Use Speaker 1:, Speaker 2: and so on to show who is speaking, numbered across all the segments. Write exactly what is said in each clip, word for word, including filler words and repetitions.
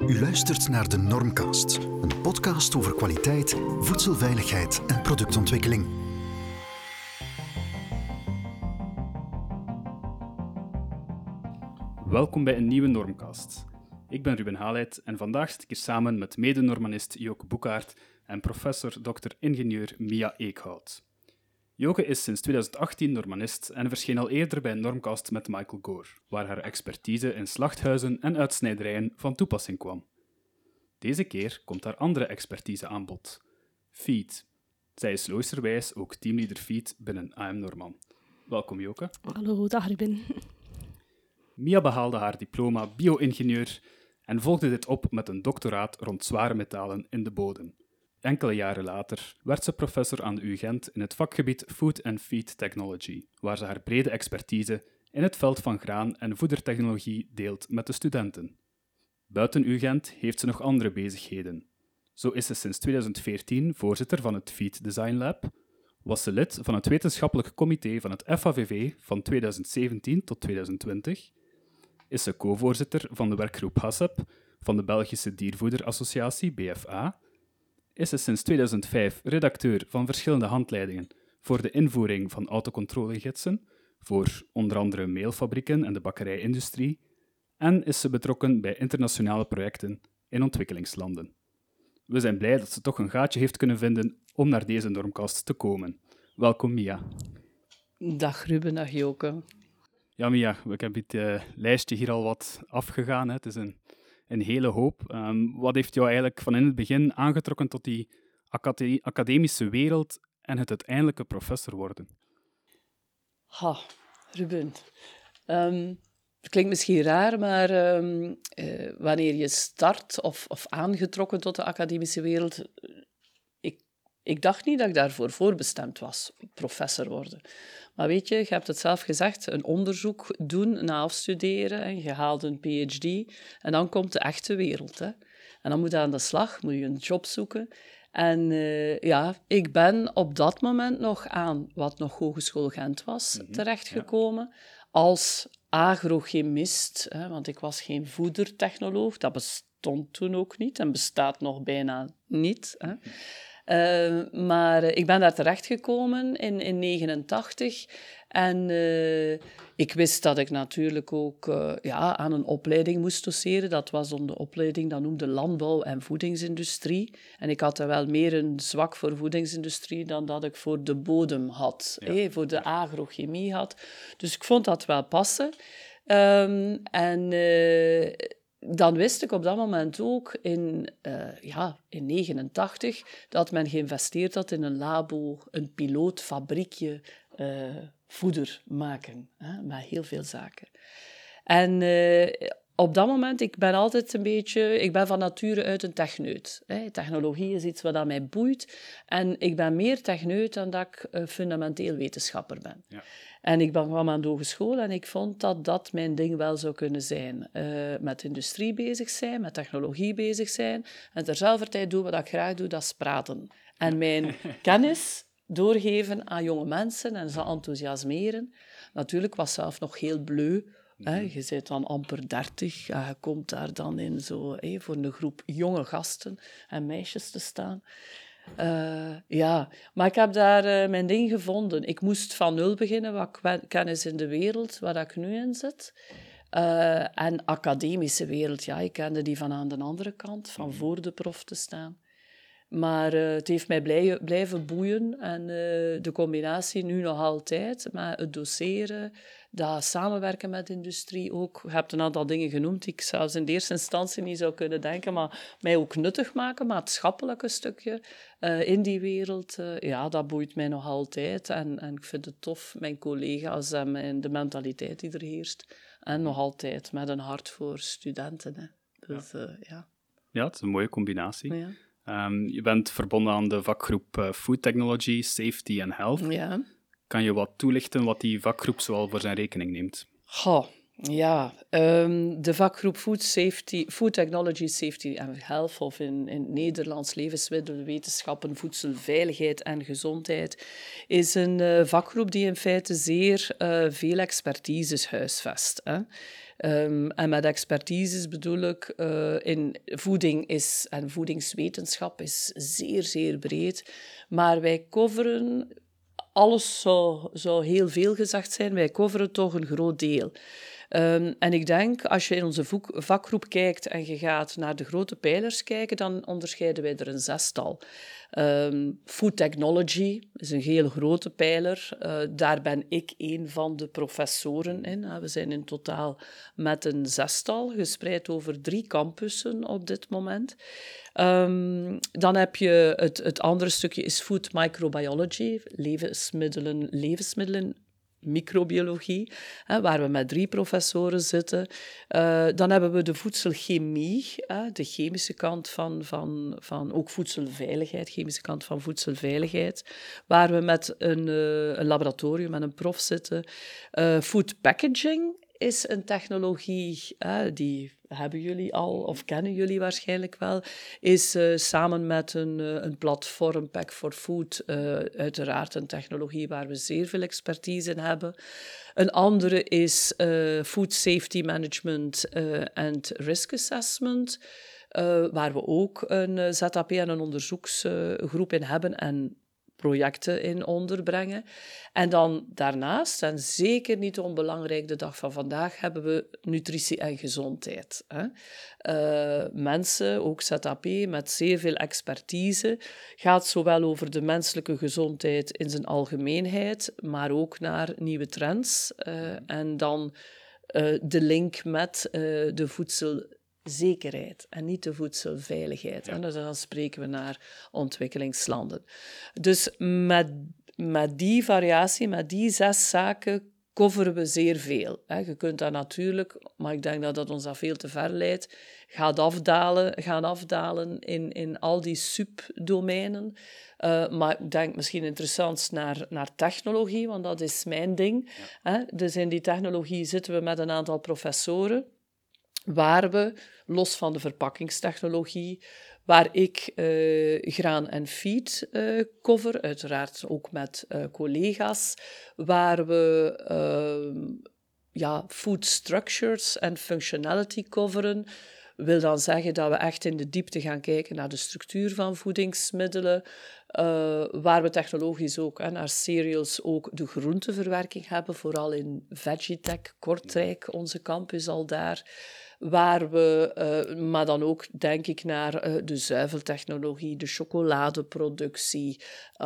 Speaker 1: U luistert naar de Normcast, een podcast over kwaliteit, voedselveiligheid en productontwikkeling.
Speaker 2: Welkom bij een nieuwe Normcast. Ik ben Ruben Haalheid en vandaag zit ik hier samen met mede-normanist Joke Boekaert en professor dokter ingenieur Mia Eekhout. Joke is sinds twintig achttien normanist en verscheen al eerder bij een Normcast met Michael Gore, waar haar expertise in slachthuizen en uitsnijderijen van toepassing kwam. Deze keer komt haar andere expertise aan bod: feed. Zij is logischerwijs ook teamleader feed binnen A M Norman. Welkom Joke.
Speaker 3: Hallo, dag Ruben.
Speaker 2: Mia behaalde haar diploma bio-ingenieur en volgde dit op met een doctoraat rond zware metalen in de bodem. Enkele jaren later werd ze professor aan de U Gent in het vakgebied Food and Feed Technology, waar ze haar brede expertise in het veld van graan- en voedertechnologie deelt met de studenten. Buiten U Gent heeft ze nog andere bezigheden. Zo is ze sinds twintig veertien voorzitter van het Feed Design Lab, was ze lid van het wetenschappelijk comité van het F A V V van twintig zeventien tot twintig twintig, is ze co-voorzitter van de werkgroep HACCP van de Belgische Diervoederassociatie B F A, is ze sinds tweeduizend vijf redacteur van verschillende handleidingen voor de invoering van autocontrolegidsen voor onder andere meelfabrieken en de bakkerijindustrie, en is ze betrokken bij internationale projecten in ontwikkelingslanden. We zijn blij dat ze toch een gaatje heeft kunnen vinden om naar deze Normcast te komen. Welkom, Mia.
Speaker 3: Dag Ruben, dag Joke.
Speaker 2: Ja, Mia, ik heb het uh, lijstje hier al wat afgegaan. Hè. Het is een, een hele hoop. Um, wat heeft jou eigenlijk van in het begin aangetrokken tot die acade- academische wereld en het uiteindelijke professor worden?
Speaker 3: Ha, Ruben. Um, het klinkt misschien raar, maar um, uh, wanneer je start of, of aangetrokken tot de academische wereld, ik, ik dacht niet dat ik daarvoor voorbestemd was, professor worden. Maar weet je, je hebt het zelf gezegd, een onderzoek doen na afstuderen, en je haalt een P H D en dan komt de echte wereld. Hè. En dan moet je aan de slag, moet je een job zoeken. En uh, ja, ik ben op dat moment nog aan wat nog Hogeschool Gent was mm-hmm. terechtgekomen ja. als agrochemist, hè, want ik was geen voedertechnoloog, dat bestond toen ook niet en bestaat nog bijna niet. Hè. Uh, maar uh, ik ben daar terechtgekomen in negentien negenentachtig en uh, ik wist dat ik natuurlijk ook uh, ja, aan een opleiding moest doseren. Dat was dan de opleiding, dat noemde landbouw- en voedingsindustrie. En ik had er wel meer een zwak voor voedingsindustrie dan dat ik voor de bodem had, ja. eh, voor de agrochemie had. Dus ik vond dat wel passen. Um, en... Uh, Dan wist ik op dat moment ook in, uh, ja, in negenentachtig dat men geïnvesteerd had in een labo, een pilootfabriekje uh, voeder maken, hè, met heel veel zaken. En uh, op dat moment, ik ben altijd een beetje, ik ben van nature uit een techneut. Hè. Technologie is iets wat mij boeit en ik ben meer techneut dan dat ik uh, fundamenteel wetenschapper ben. Ja. En ik ben kwam aan de hogeschool en ik vond dat dat mijn ding wel zou kunnen zijn. Uh, met industrie bezig zijn, met technologie bezig zijn. En terzelfde tijd doen wat ik graag doe, dat is praten. En mijn kennis doorgeven aan jonge mensen en ze enthousiasmeren. Natuurlijk was zelf nog heel bleu. Hè. Je bent dan amper dertig en je komt daar dan in zo, hè, voor een groep jonge gasten en meisjes te staan. Uh, ja, maar ik heb daar uh, mijn ding gevonden. Ik moest van nul beginnen, wat kennis in de wereld, waar ik nu in zit. Uh, en academische wereld, ja, ik kende die van aan de andere kant, van voor de prof te staan. Maar uh, het heeft mij blij, blijven boeien en uh, de combinatie nu nog altijd, met het doseren, dat samenwerken met de industrie ook. Je hebt een aantal dingen genoemd die ik zelfs in de eerste instantie niet zou kunnen denken, maar mij ook nuttig maken, maatschappelijke stukje uh, in die wereld. Uh, ja, dat boeit mij nog altijd en, en ik vind het tof, mijn collega's en mijn, de mentaliteit die er heerst. En nog altijd met een hart voor studenten. Hè. Dus, ja. Uh, ja.
Speaker 2: ja, het is een mooie combinatie.
Speaker 3: Ja.
Speaker 2: Um, je bent verbonden aan de vakgroep uh, Food Technology, Safety and Health.
Speaker 3: Ja.
Speaker 2: Kan je wat toelichten wat die vakgroep zoal voor zijn rekening neemt?
Speaker 3: Goh, ja. Um, de vakgroep Food, Safety, Food Technology, Safety and Health, of in, in het Nederlands levensmiddelenwetenschappen, voedselveiligheid en gezondheid, is een uh, vakgroep die in feite zeer uh, veel expertises huisvest. Hè. Um, en met expertises bedoel ik, uh, in voeding is, en voedingswetenschap is zeer, zeer breed. Maar wij coveren, alles zou, zou heel veel gezegd zijn, wij coveren toch een groot deel. Um, en ik denk, als je in onze vakgroep kijkt en je gaat naar de grote pijlers kijken, dan onderscheiden wij er een zestal. Um, food technology is een heel grote pijler. Uh, daar ben ik een van de professoren in. Uh, we zijn in totaal met een zestal, gespreid over drie campussen op dit moment. Um, dan heb je het, het andere stukje is food microbiology, levensmiddelen, levensmiddelen microbiologie, hè, waar we met drie professoren zitten. Uh, dan hebben we de voedselchemie, hè, de chemische kant van, van, van ook voedselveiligheid, chemische kant van voedselveiligheid, waar we met een, uh, een laboratorium, met een prof zitten. Uh, food packaging is een technologie, hè, die hebben jullie al, of kennen jullie waarschijnlijk wel, is uh, samen met een, uh, een platform, Pack for Food, uh, uiteraard een technologie waar we zeer veel expertise in hebben. Een andere is uh, Food Safety Management and uh, Risk Assessment, uh, waar we ook een uh, Z A P en een onderzoeksgroep uh, in hebben en projecten in onderbrengen. En dan daarnaast, en zeker niet onbelangrijk de dag van vandaag, hebben we nutritie en gezondheid. Hè. Uh, mensen, ook Z A P, met zeer veel expertise, gaat zowel over de menselijke gezondheid in zijn algemeenheid, maar ook naar nieuwe trends. Uh, en dan uh, de link met uh, de voedsel zekerheid en niet de voedselveiligheid. Ja. En dus dan spreken we naar ontwikkelingslanden. Dus met, met die variatie, met die zes zaken, coveren we zeer veel. Je kunt dat natuurlijk, maar ik denk dat dat ons dat veel te ver leidt, gaat afdalen, gaan afdalen in, in al die subdomeinen. Uh, maar ik denk misschien interessant naar, naar technologie, want dat is mijn ding. Ja. Dus in die technologie zitten we met een aantal professoren, waar we, los van de verpakkingstechnologie, waar ik uh, graan en feed uh, cover, uiteraard ook met uh, collega's, waar we uh, ja, food structures en functionality coveren, wil dan zeggen dat we echt in de diepte gaan kijken naar de structuur van voedingsmiddelen, uh, waar we technologisch ook hè, naar cereals ook de groenteverwerking hebben, vooral in Vegitech, Kortrijk, onze campus al daar. Waar we, uh, maar dan ook denk ik naar uh, de zuiveltechnologie, de chocoladeproductie,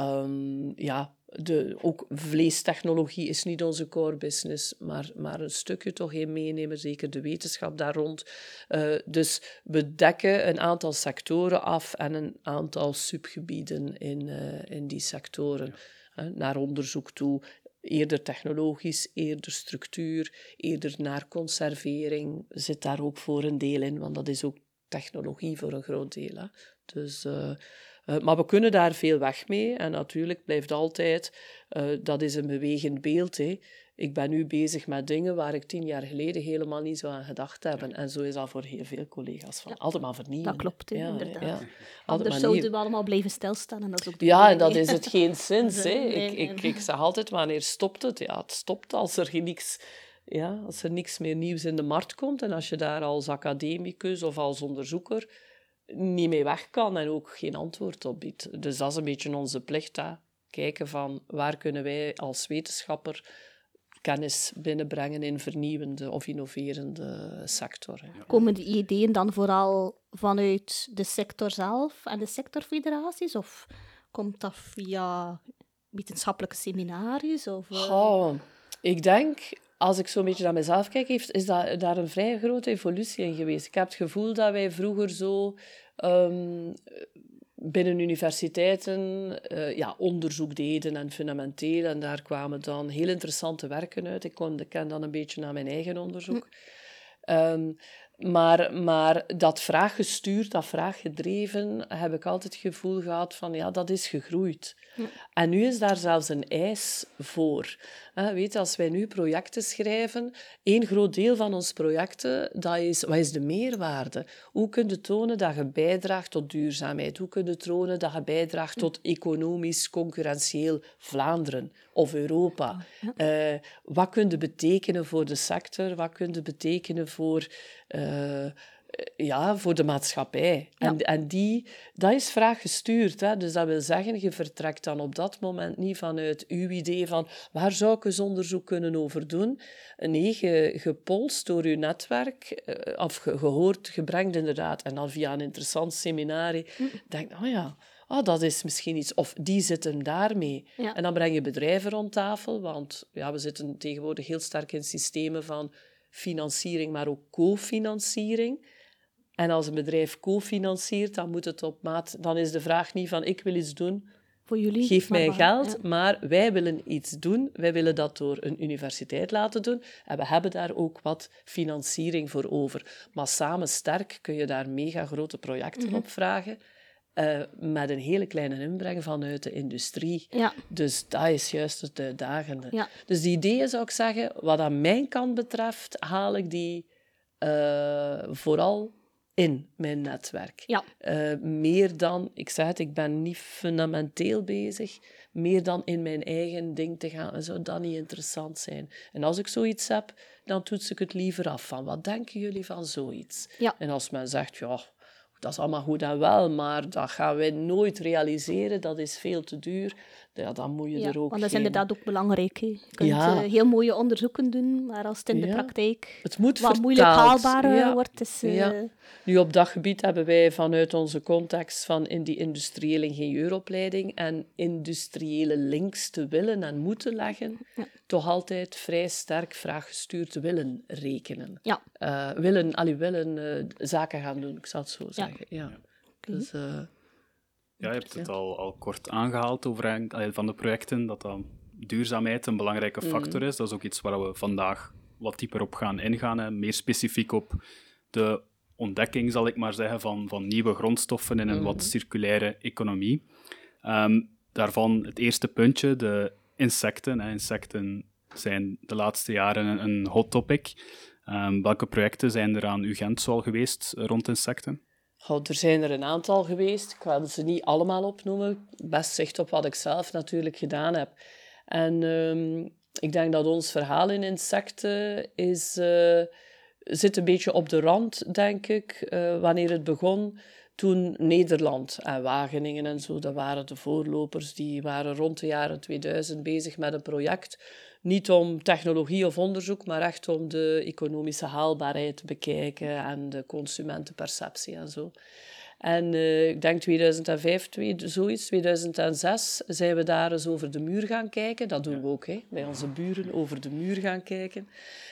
Speaker 3: um, ja, de, ook vleestechnologie is niet onze core business, maar, maar een stukje toch in meenemen, zeker de wetenschap daar rond. Uh, dus we dekken een aantal sectoren af en een aantal subgebieden in, uh, in die sectoren, ja. uh, naar onderzoek toe. Eerder technologisch, eerder structuur, eerder naar conservering zit daar ook voor een deel in, want dat is ook technologie voor een groot deel. Hè. Dus, uh, uh, maar we kunnen daar veel weg mee en natuurlijk blijft altijd, uh, dat is een bewegend beeld. Hè. Ik ben nu bezig met dingen waar ik tien jaar geleden helemaal niet zo aan gedacht heb. Ja. En zo is dat voor heel veel collega's. Van, ja. Altijd maar vernieuwen.
Speaker 4: Dat klopt, hè,
Speaker 3: ja,
Speaker 4: inderdaad.
Speaker 3: Ja.
Speaker 4: Anders zouden we allemaal blijven stilstaan. En dat is ook de
Speaker 3: ja, en dat is het geen zins. Hè.
Speaker 4: Nee,
Speaker 3: ik, ik, ik zeg altijd, wanneer stopt het? Ja, het stopt als er niks, ja, als er niks meer nieuws in de markt komt. En als je daar als academicus of als onderzoeker niet mee weg kan en ook geen antwoord op biedt. Dus dat is een beetje onze plicht. Hè. Kijken van waar kunnen wij als wetenschapper kennis binnenbrengen in vernieuwende of innoverende sectoren. Ja.
Speaker 4: Komen die ideeën dan vooral vanuit de sector zelf en de sectorfederaties? Of komt dat via wetenschappelijke seminariën? Of, uh...
Speaker 3: oh, ik denk, als ik zo'n beetje naar mezelf kijk, heeft, is dat, daar een vrij grote evolutie in geweest. Ik heb het gevoel dat wij vroeger zo Um, binnen universiteiten uh, ja, onderzoek deden en fundamenteel. En daar kwamen dan heel interessante werken uit. Ik kon, ken dan een beetje naar mijn eigen onderzoek. Hm. Um, Maar, maar dat vraaggestuurd, dat vraaggedreven, heb ik altijd het gevoel gehad van, ja, dat is gegroeid. Ja. En nu is daar zelfs een eis voor. He, weet je, als wij nu projecten schrijven, één groot deel van onze projecten, dat is, wat is de meerwaarde? Hoe kun je tonen dat je bijdraagt tot duurzaamheid? Hoe kun je tonen dat je bijdraagt tot economisch concurrentieel Vlaanderen of Europa? Ja. Uh, wat kun je betekenen voor de sector? Wat kun je betekenen voor... Uh, ja, voor de maatschappij. Ja. En, en die, dat is vraaggestuurd. Hè? Dus dat wil zeggen, je vertrekt dan op dat moment niet vanuit uw idee van waar zou ik eens onderzoek kunnen over doen. Nee, je, gepolst door je netwerk, of ge, gehoord, gebrengt inderdaad, en dan via een interessant seminarie, hm. denk oh ja, oh, dat is misschien iets. Of die zitten daarmee. Ja. En dan breng je bedrijven rond tafel, want ja, we zitten tegenwoordig heel sterk in systemen van financiering, maar ook cofinanciering. En als een bedrijf cofinanciert, dan moet het op maat... Dan is de vraag niet van, ik wil iets doen,
Speaker 4: voor jullie,
Speaker 3: geef mij
Speaker 4: maar,
Speaker 3: geld,
Speaker 4: ja.
Speaker 3: maar wij willen iets doen. Wij willen dat door een universiteit laten doen. En we hebben daar ook wat financiering voor over. Maar samen sterk kun je daar mega grote projecten mm-hmm. op vragen. Uh, met een hele kleine inbreng vanuit de industrie. Ja. Dus dat is juist het uitdagende. Ja. Dus die ideeën, zou ik zeggen, wat aan mijn kant betreft, haal ik die uh, vooral in mijn netwerk. Ja. Uh, meer dan, ik zeg het, ik ben niet fundamenteel bezig, meer dan in mijn eigen ding te gaan. Zou dat niet interessant zijn? En als ik zoiets heb, dan toets ik het liever af van, wat denken jullie van zoiets? Ja. En als men zegt, ja... Dat is allemaal goed en wel, maar dat gaan wij nooit realiseren. Dat is veel te duur. Ja, dan moet je
Speaker 4: ja,
Speaker 3: er ook
Speaker 4: want dat is
Speaker 3: geen...
Speaker 4: inderdaad ook belangrijk. Hè. Je kunt
Speaker 3: ja.
Speaker 4: uh, heel mooie onderzoeken doen, maar als het in ja. de praktijk
Speaker 3: het moet
Speaker 4: wat
Speaker 3: vertaald.
Speaker 4: moeilijk haalbaar ja. wordt... Is, uh...
Speaker 3: ja. Nu, op dat gebied hebben wij vanuit onze context van in die industriële ingenieuropleiding en industriële links te willen en moeten leggen, ja. toch altijd vrij sterk vraaggestuurd willen rekenen. Ja. Uh, willen, allee, willen uh, zaken gaan doen, ik zal het zo zeggen. Ja. Ja. Okay. Dus... Uh,
Speaker 2: Ja, je hebt het ja. al, al kort aangehaald over van de projecten, dat dan duurzaamheid een belangrijke factor is. Dat is ook iets waar we vandaag wat dieper op gaan ingaan. Hè. Meer specifiek op de ontdekking, zal ik maar zeggen, van, van nieuwe grondstoffen in een mm. wat circulaire economie. Um, daarvan het eerste puntje, de insecten. Hè. Insecten zijn de laatste jaren een, een hot topic. Um, welke projecten zijn er aan U Gent zo al geweest rond insecten?
Speaker 3: Oh, er zijn er een aantal geweest. Ik wil ze niet allemaal opnoemen. Best zicht op wat ik zelf natuurlijk gedaan heb. En um, ik denk dat ons verhaal in insecten is, uh, zit een beetje op de rand, denk ik. Uh, wanneer het begon, toen Nederland en Wageningen en zo, dat waren de voorlopers. Die waren rond de jaren tweeduizend bezig met een project. Niet om technologie of onderzoek, maar echt om de economische haalbaarheid te bekijken en de consumentenperceptie en zo. En uh, ik denk tweeduizend vijf, zoiets, tweeduizend zes, zijn we daar eens over de muur gaan kijken. Dat doen we ook, hè, bij onze buren, over de muur gaan kijken.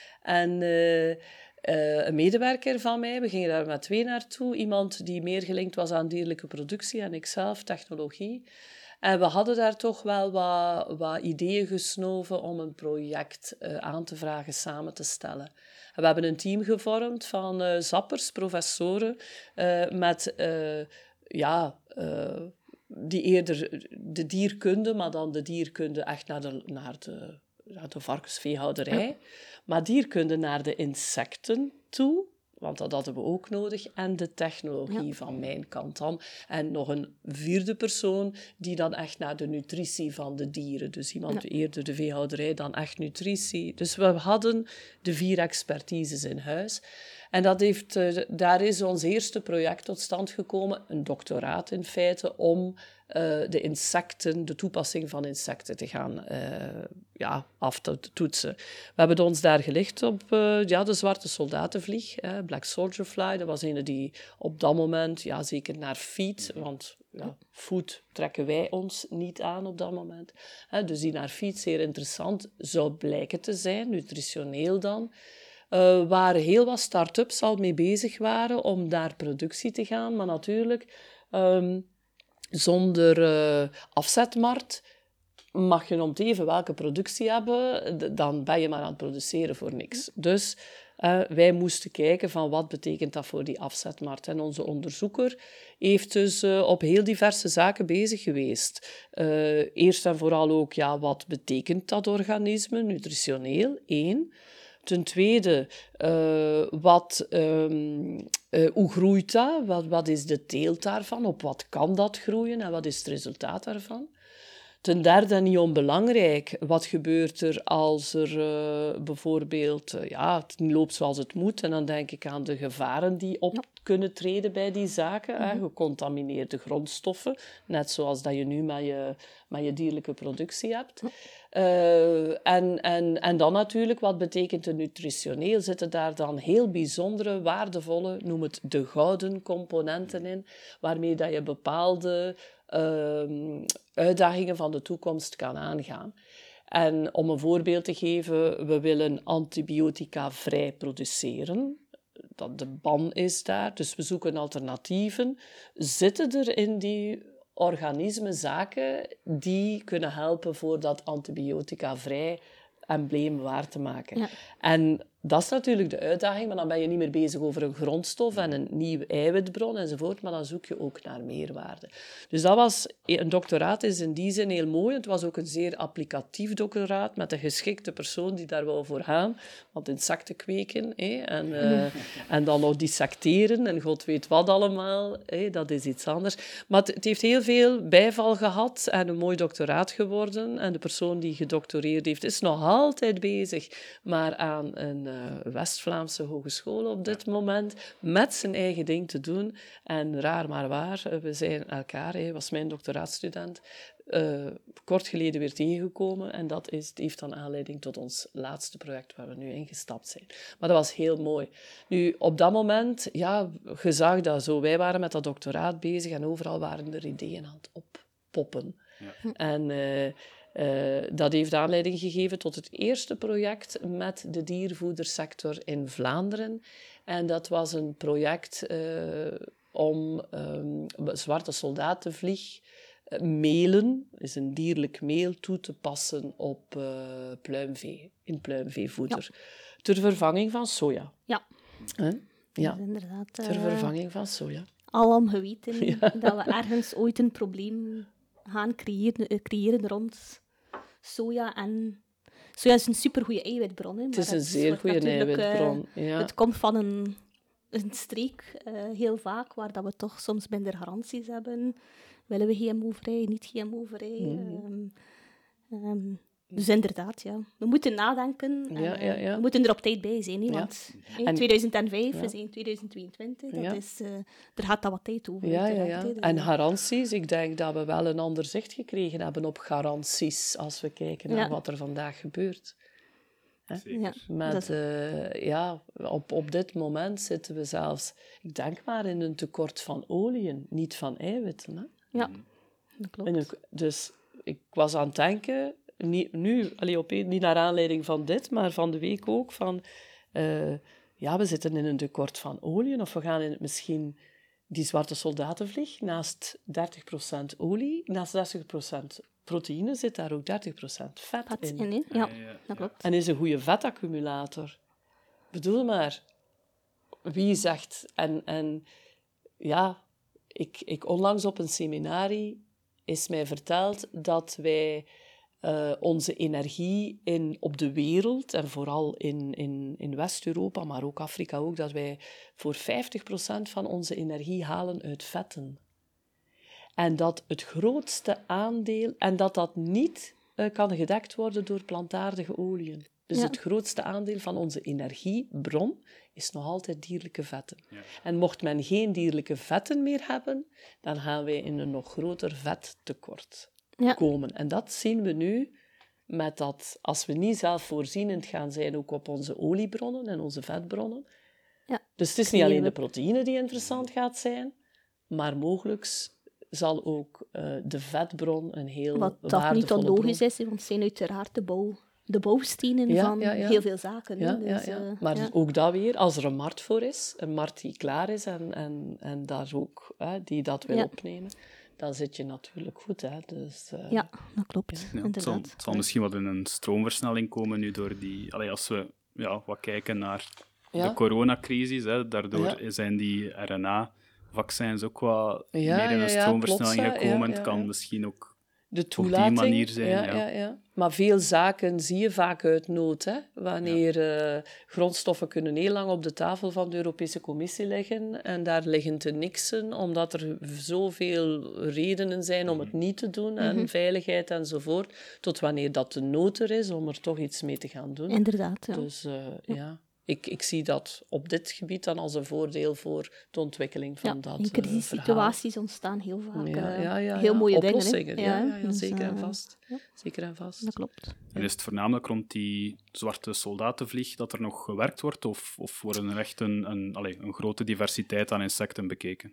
Speaker 3: En uh, uh, een medewerker van mij, we gingen daar met twee naartoe. Iemand die meer gelinkt was aan dierlijke productie en ikzelf, technologie. En we hadden daar toch wel wat, wat ideeën gesnoven om een project uh, aan te vragen, samen te stellen. En we hebben een team gevormd van uh, zappers, professoren, uh, met, uh, ja, uh, die eerder de dierkunde, maar dan de dierkunde echt naar de, naar de, naar de varkensveehouderij, ja. maar dierkunde naar de insecten toe. Want dat hadden we ook nodig. En de technologie ja. van mijn kant dan. En nog een vierde persoon die dan echt naar de nutritie van de dieren. Dus iemand ja. eerder de veehouderij dan echt nutritie. Dus we hadden de vier expertises in huis. En dat heeft, uh, daar is ons eerste project tot stand gekomen. Een doctoraat in feite om uh, de insecten, de toepassing van insecten te gaan uh, ja, af te toetsen. We hebben ons daar gelicht op uh, ja, de zwarte soldatenvlieg, uh, Black Soldier Fly. Dat was een die op dat moment, ja, zeker naar feed, want ja, food trekken wij ons niet aan op dat moment. Uh, dus die naar feed zeer interessant zou blijken te zijn, nutritioneel dan. Uh, waar heel wat start-ups al mee bezig waren om naar productie te gaan. Maar natuurlijk, um, zonder uh, afzetmarkt mag je om te even welke productie hebben, dan ben je maar aan het produceren voor niks. Dus Uh, wij moesten kijken van wat betekent dat voor die afzetmarkt. En onze onderzoeker heeft dus uh, op heel diverse zaken bezig geweest. Uh, eerst en vooral ook, ja, wat betekent dat organisme, nutritioneel, één. Ten tweede, uh, wat, um, uh, hoe groeit dat? Wat, wat is de teelt daarvan? Op wat kan dat groeien en wat is het resultaat daarvan? Ten derde, en niet onbelangrijk, wat gebeurt er als er uh, bijvoorbeeld uh, ja, het niet loopt zoals het moet? En dan denk ik aan de gevaren die op ja. kunnen treden bij die zaken. Mm-hmm. Hè? Gecontamineerde grondstoffen, net zoals dat je nu met je, met je dierlijke productie hebt. Ja. Uh, en, en, en dan natuurlijk, wat betekent het nutritioneel? Zitten daar dan heel bijzondere, waardevolle, noem het de gouden componenten in, waarmee dat je bepaalde uh, uitdagingen van de toekomst kan aangaan. En om een voorbeeld te geven, we willen antibiotica vrij produceren. Dat de ban is daar, dus we zoeken alternatieven. Zitten er in die organismen zaken die kunnen helpen voor dat antibiotica-vrij embleem waar te maken. Ja. En dat is natuurlijk de uitdaging, maar dan ben je niet meer bezig over een grondstof en een nieuwe eiwitbron enzovoort, maar dan zoek je ook naar meerwaarde. Dus dat was, een doctoraat is in die zin heel mooi. Het was ook een zeer applicatief doctoraat met een geschikte persoon die daar wou voor gaan, want insecten kweken hé, en, uh, en dan nog dissecteren en god weet wat allemaal, hé, dat is iets anders. Maar het, het heeft heel veel bijval gehad en een mooi doctoraat geworden en de persoon die gedoctoreerd heeft is nog altijd bezig, maar aan een uh, West-Vlaamse hogeschool op dit moment, met zijn eigen ding te doen. En raar maar waar, we zijn elkaar, hij was mijn doctoraatstudent, uh, kort geleden weer tegengekomen en dat is, heeft dan aanleiding tot ons laatste project waar we nu ingestapt zijn. Maar dat was heel mooi. Nu, op dat moment, ja, je zag dat zo, wij waren met dat doctoraat bezig en overal waren er ideeën aan het oppoppen. Ja. En Uh, Uh, dat heeft aanleiding gegeven tot het eerste project met de diervoedersector in Vlaanderen. En dat was een project uh, om um, zwarte soldatenvlieg uh, melen, is een dierlijk meel, toe te passen op uh, pluimvee, in pluimveevoeder. Ja. Ter vervanging van soja.
Speaker 4: Ja.
Speaker 3: Huh? Ja,
Speaker 4: dat is inderdaad... Uh,
Speaker 3: ter vervanging van soja.
Speaker 4: Alom geweten ja. dat we ergens ooit een probleem gaan creëren, creëren rond soja. En soja is een supergoeie eiwitbron. Hè, maar
Speaker 3: het is een zeer goede eiwitbron. Uh, ja.
Speaker 4: Het komt van een, een streek, uh, heel vaak, waar dat we toch soms minder garanties hebben. Willen we G M O-vrij, niet G M O-vrij? Mm. Um, um, dus inderdaad, ja. We moeten nadenken. En,
Speaker 3: ja, ja, ja.
Speaker 4: We moeten er op tijd bij zijn. Hè, want ja. in tweeduizend vijf, ja. we zijn in tweeduizend tweeëntwintig. Dat
Speaker 3: ja.
Speaker 4: is, uh, er gaat dat wat tijd over.
Speaker 3: Ja, ja, ja. En garanties, ik denk dat we wel een ander zicht gekregen hebben op garanties als we kijken naar ja. wat er vandaag gebeurt.
Speaker 4: Ja,
Speaker 3: Met, uh, ja, op, op dit moment zitten we zelfs, ik denk maar, in een tekort van oliën, niet van eiwitten. Hè?
Speaker 4: Ja, dat klopt.
Speaker 3: Een, dus ik was aan het denken, niet, nu, allee, op een, niet naar aanleiding van dit, maar van de week ook, van uh, ja, we zitten in een tekort van oliën, of we gaan in het misschien die zwarte soldatenvlieg, naast dertig procent olie, naast zestig procent proteïne, zit daar ook dertig procent vet,
Speaker 4: vet
Speaker 3: in.
Speaker 4: in. in ja, ja, ja, dat klopt.
Speaker 3: En is een goede vetaccumulator. Bedoel maar, wie zegt... En, en ja, ik, ik onlangs op een seminarie is mij verteld dat wij uh, onze energie in, op de wereld, en vooral in, in, in West-Europa, maar ook Afrika ook, dat wij voor vijftig procent van onze energie halen uit vetten. En dat het grootste aandeel... En dat dat niet uh, kan gedekt worden door plantaardige oliën. Dus ja. het grootste aandeel van onze energiebron is nog altijd dierlijke vetten. Ja. En mocht men geen dierlijke vetten meer hebben, dan gaan wij in een nog groter vettekort ja. komen. En dat zien we nu met dat, als we niet zelfvoorzienend gaan zijn, ook op onze oliebronnen en onze vetbronnen. Ja. Dus het is niet alleen de proteïne die interessant gaat zijn, maar mogelijk zal ook uh, de vetbron een heel
Speaker 4: Wat
Speaker 3: waardevolle
Speaker 4: dat niet onlogisch
Speaker 3: bron.
Speaker 4: is, want het zijn uiteraard de, bouw, de bouwstenen
Speaker 3: ja,
Speaker 4: van
Speaker 3: ja, ja.
Speaker 4: heel veel zaken.
Speaker 3: Ja,
Speaker 4: dus,
Speaker 3: ja, ja.
Speaker 4: Uh,
Speaker 3: maar
Speaker 4: ja.
Speaker 3: ook dat weer, als er een markt voor is, een markt die klaar is en, en, en daar ook, hè, die dat wil ja. opnemen, dan zit je natuurlijk goed. Hè. Dus, uh,
Speaker 4: ja, dat klopt.
Speaker 2: Ja, het, zal, het zal misschien wat in een stroomversnelling komen nu door die... Allee, als we ja, wat kijken naar
Speaker 3: Ja.
Speaker 2: de coronacrisis. Hè, daardoor
Speaker 3: Ja.
Speaker 2: zijn die R N A-vaccins ook wat
Speaker 3: Ja,
Speaker 2: meer in
Speaker 3: ja,
Speaker 2: een
Speaker 3: ja,
Speaker 2: stroomversnelling
Speaker 3: klopt, hè.
Speaker 2: gekomen.
Speaker 3: Ja,
Speaker 2: Het
Speaker 3: ja,
Speaker 2: kan
Speaker 3: ja.
Speaker 2: misschien ook
Speaker 3: De
Speaker 2: op die
Speaker 3: toelating.
Speaker 2: manier zijn.
Speaker 3: ja,
Speaker 2: Ja.
Speaker 3: ja, ja. Maar veel zaken zie je vaak uit nood. Hè? Wanneer eh, grondstoffen kunnen heel lang op de tafel van de Europese Commissie liggen en daar liggen te niksen, omdat er zoveel redenen zijn om het niet te doen, en
Speaker 4: Mhm.
Speaker 3: veiligheid enzovoort, tot wanneer dat de nood er is om er toch iets mee te gaan doen.
Speaker 4: Inderdaad, ja.
Speaker 3: Dus eh, ja, ik, ik zie dat op dit gebied dan als een voordeel voor de ontwikkeling van
Speaker 4: ja,
Speaker 3: dat
Speaker 4: in
Speaker 3: eh, verhaal.
Speaker 4: crisissituaties ontstaan heel vaak
Speaker 3: Ja,
Speaker 4: eh,
Speaker 3: ja, ja,
Speaker 4: heel
Speaker 3: ja.
Speaker 4: mooie
Speaker 3: oplossingen.
Speaker 4: dingen. Hè.
Speaker 3: Ja, ja, ja,
Speaker 4: dus,
Speaker 3: zeker en
Speaker 4: eh,
Speaker 3: vast.
Speaker 4: ja.
Speaker 3: Zeker en vast.
Speaker 4: Dat klopt.
Speaker 2: En is het voornamelijk rond die zwarte soldatenvlieg dat er nog gewerkt wordt? Of, of worden er echt een, een, allez, een grote diversiteit aan insecten bekeken?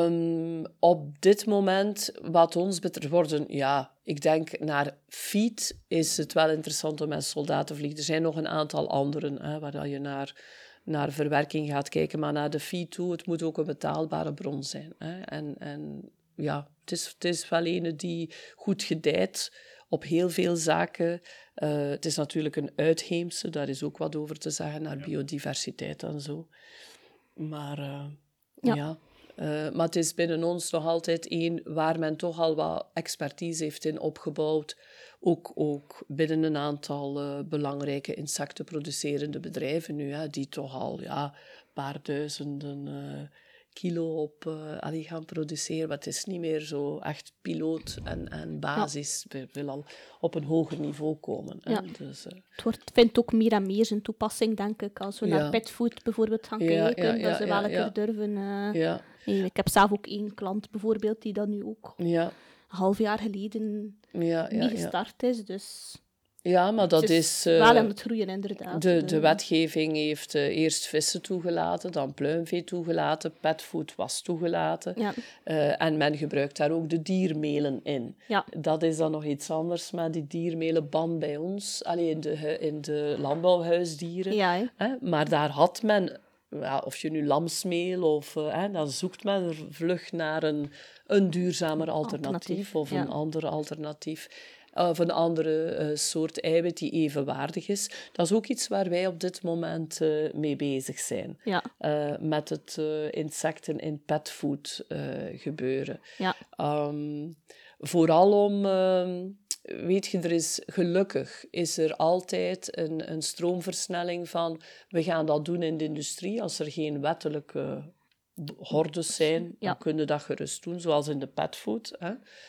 Speaker 3: Um, op dit moment, wat ons betreft, worden, ja, ik denk naar feed is het wel interessant om met soldatenvlieg. Er zijn nog een aantal anderen, hè, waar dat je naar, naar verwerking gaat kijken, maar naar de feed toe, het moet ook een betaalbare bron zijn. Hè. En, en ja, het is, het is wel een die goed gedijt op heel veel zaken. Uh, het is natuurlijk een uitheemse, daar is ook wat over te zeggen, naar biodiversiteit en zo. Maar uh, ja...
Speaker 4: Ja.
Speaker 3: Uh, maar het is binnen ons nog altijd één waar men toch al wat expertise heeft in opgebouwd. Ook, ook binnen een aantal uh, belangrijke insectenproducerende bedrijven nu, hè, die toch al ja, een paar duizenden uh, kilo op uh, allee, gaan produceren. Maar het is niet meer zo echt piloot en, en basis. Ja. We willen al op een hoger niveau komen. Hè.
Speaker 4: Ja.
Speaker 3: Dus, uh,
Speaker 4: het wordt, vindt ook meer en meer zijn toepassing, denk ik. Als we
Speaker 3: Ja.
Speaker 4: naar petfood bijvoorbeeld gaan
Speaker 3: Ja,
Speaker 4: kijken,
Speaker 3: ja, ja,
Speaker 4: dat ze
Speaker 3: ja,
Speaker 4: wel
Speaker 3: ja.
Speaker 4: een keer durven... Uh,
Speaker 3: ja,
Speaker 4: nee, ik heb zelf ook één klant bijvoorbeeld, die dat nu ook
Speaker 3: ja,
Speaker 4: een half jaar geleden
Speaker 3: ja, ja,
Speaker 4: mee
Speaker 3: ja.
Speaker 4: gestart is. Dus
Speaker 3: ja, maar dat
Speaker 4: het
Speaker 3: is...
Speaker 4: is
Speaker 3: uh,
Speaker 4: wel aan het groeien, inderdaad.
Speaker 3: De,
Speaker 4: Eh,
Speaker 3: de wetgeving heeft uh, eerst vissen toegelaten, dan pluimvee toegelaten, petfood was toegelaten.
Speaker 4: Ja.
Speaker 3: Uh, en men gebruikt daar ook de diermelen in.
Speaker 4: Ja.
Speaker 3: Dat is dan nog iets anders, maar die diermelenban bij ons, allee, in, de, in de landbouwhuisdieren.
Speaker 4: Ja, hè.
Speaker 3: Hè, maar daar had men, ja, of je nu lamsmeel of... Uh, hè, dan zoekt men er vlug naar een, een duurzamer alternatief,
Speaker 4: Alternatief,
Speaker 3: of een
Speaker 4: ja.
Speaker 3: ander alternatief. Of een andere uh, soort eiwit die evenwaardig is. Dat is ook iets waar wij op dit moment uh, mee bezig zijn.
Speaker 4: Ja.
Speaker 3: Uh, met het uh, insecten in petfood uh, gebeuren.
Speaker 4: Ja.
Speaker 3: Um, vooral om... Uh, weet je, er is gelukkig is er altijd een, een stroomversnelling van... We gaan dat doen in de industrie als er geen wettelijke hordes zijn.
Speaker 4: Ja.
Speaker 3: Dan kun je dat gerust doen, zoals in de petfood, hè.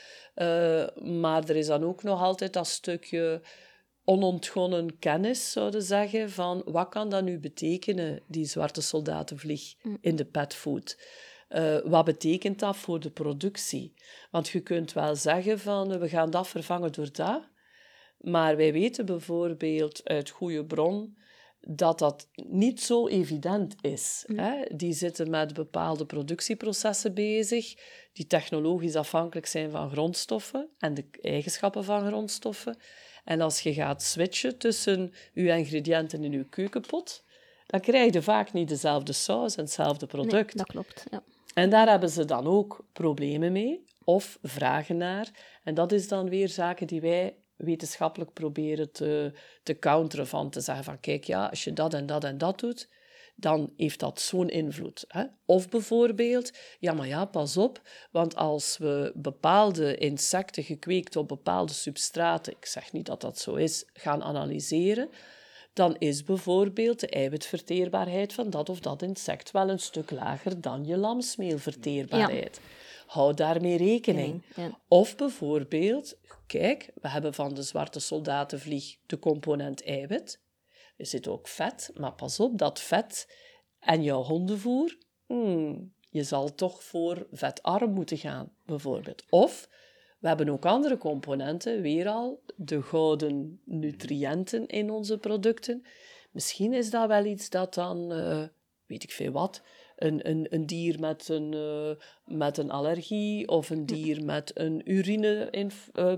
Speaker 3: Uh, maar er is dan ook nog altijd dat stukje onontgonnen kennis, zouden zeggen, van wat kan dat nu betekenen, die zwarte soldatenvlieg in de petfood? Uh, wat betekent dat voor de productie? Want je kunt wel zeggen van, uh, we gaan dat vervangen door dat, maar wij weten bijvoorbeeld uit goede bron dat dat niet zo evident is. Mm. Hè? Die zitten met bepaalde productieprocessen bezig, die technologisch afhankelijk zijn van grondstoffen en de eigenschappen van grondstoffen. En als je gaat switchen tussen je ingrediënten in je keukenpot, dan krijg je vaak niet dezelfde saus en hetzelfde product.
Speaker 4: Nee, dat klopt, ja.
Speaker 3: En daar hebben ze dan ook problemen mee, of vragen naar. En dat is dan weer zaken die wij wetenschappelijk proberen te, te counteren, van te zeggen van kijk, ja, als je dat en dat en dat doet, dan heeft dat zo'n invloed. Hè? Of bijvoorbeeld, ja, maar ja, pas op, want als we bepaalde insecten gekweekt op bepaalde substraten, ik zeg niet dat dat zo is, gaan analyseren, dan is bijvoorbeeld de eiwitverteerbaarheid van dat of dat insect wel een stuk lager dan je lamsmeelverteerbaarheid. Ja. Hou daarmee rekening.
Speaker 4: Ja, ja.
Speaker 3: Of bijvoorbeeld, kijk, we hebben van de zwarte soldatenvlieg de component eiwit. Er zit ook vet, maar pas op, dat vet en jouw hondenvoer, hmm, je zal toch voor vetarm moeten gaan, bijvoorbeeld. Of, we hebben ook andere componenten, weer al, de gouden nutriënten in onze producten. Misschien is dat wel iets dat dan, uh, weet ik veel wat, een, een, een dier met een, uh, met een allergie, of een dier met een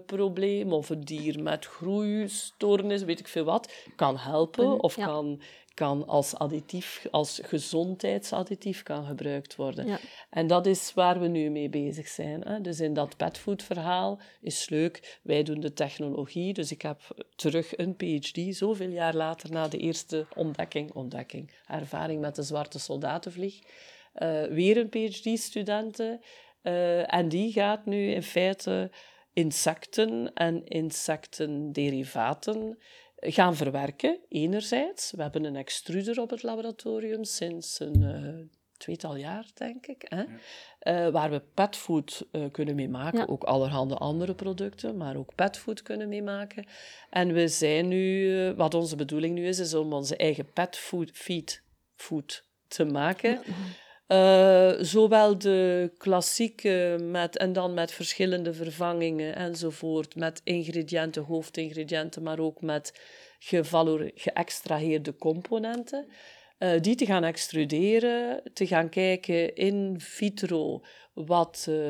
Speaker 3: urineprobleem, uh, of een dier met groeistoornis, weet ik veel wat, kan helpen, of
Speaker 4: ja.
Speaker 3: kan kan als additief, als gezondheidsadditief kan gebruikt worden.
Speaker 4: Ja.
Speaker 3: En dat is waar we nu mee bezig zijn. Hè. Dus in dat petfood-verhaal is leuk. Wij doen de technologie, dus ik heb terug een P H D, zoveel jaar later na de eerste ontdekking, ontdekking, ervaring met de zwarte soldatenvlieg, uh, weer een P H D-studente. Uh, en die gaat nu in feite insecten en insectenderivaten gaan verwerken, enerzijds. We hebben een extruder op het laboratorium sinds een uh, tweetal jaar, denk ik. Hè? Ja. Uh, waar we petfood uh, kunnen mee maken. Ja. Ook allerhande andere producten, maar ook petfood kunnen mee maken. En we zijn nu, uh, wat onze bedoeling nu is, is om onze eigen petfood feed food te maken. Ja. Uh, zowel de klassieke, met, en dan met verschillende vervangingen enzovoort, met ingrediënten, hoofdingrediënten, maar ook met gevalor- geëxtraheerde componenten, uh, die te gaan extruderen, te gaan kijken in vitro wat uh,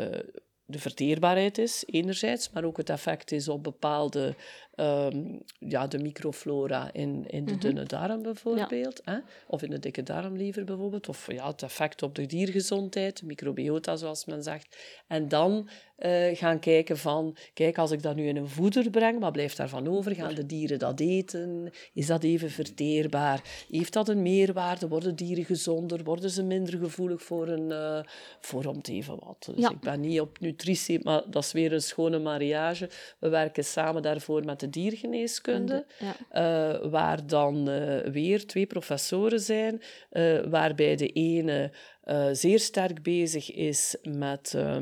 Speaker 3: de verteerbaarheid is, enerzijds, maar ook het effect is op bepaalde Um, ja, de microflora in, in de mm-hmm. dunne darm bijvoorbeeld, ja. hè? Of in de dikke darm liever bijvoorbeeld, of ja, het effect op de diergezondheid, de microbiota zoals men zegt. En dan uh, gaan kijken van, kijk, als ik dat nu in een voeder breng, wat blijft daarvan over? Gaan de dieren dat eten? Is dat even verteerbaar? Heeft dat een meerwaarde? Worden dieren gezonder? Worden ze minder gevoelig voor, een, uh, voor om het even wat? Dus ja. ik ben niet op nutritie, maar dat is weer een schone mariage. We werken samen daarvoor met de diergeneeskunde, ja. uh, waar dan uh, weer twee professoren zijn, uh, waarbij de ene uh, zeer sterk bezig is met, uh,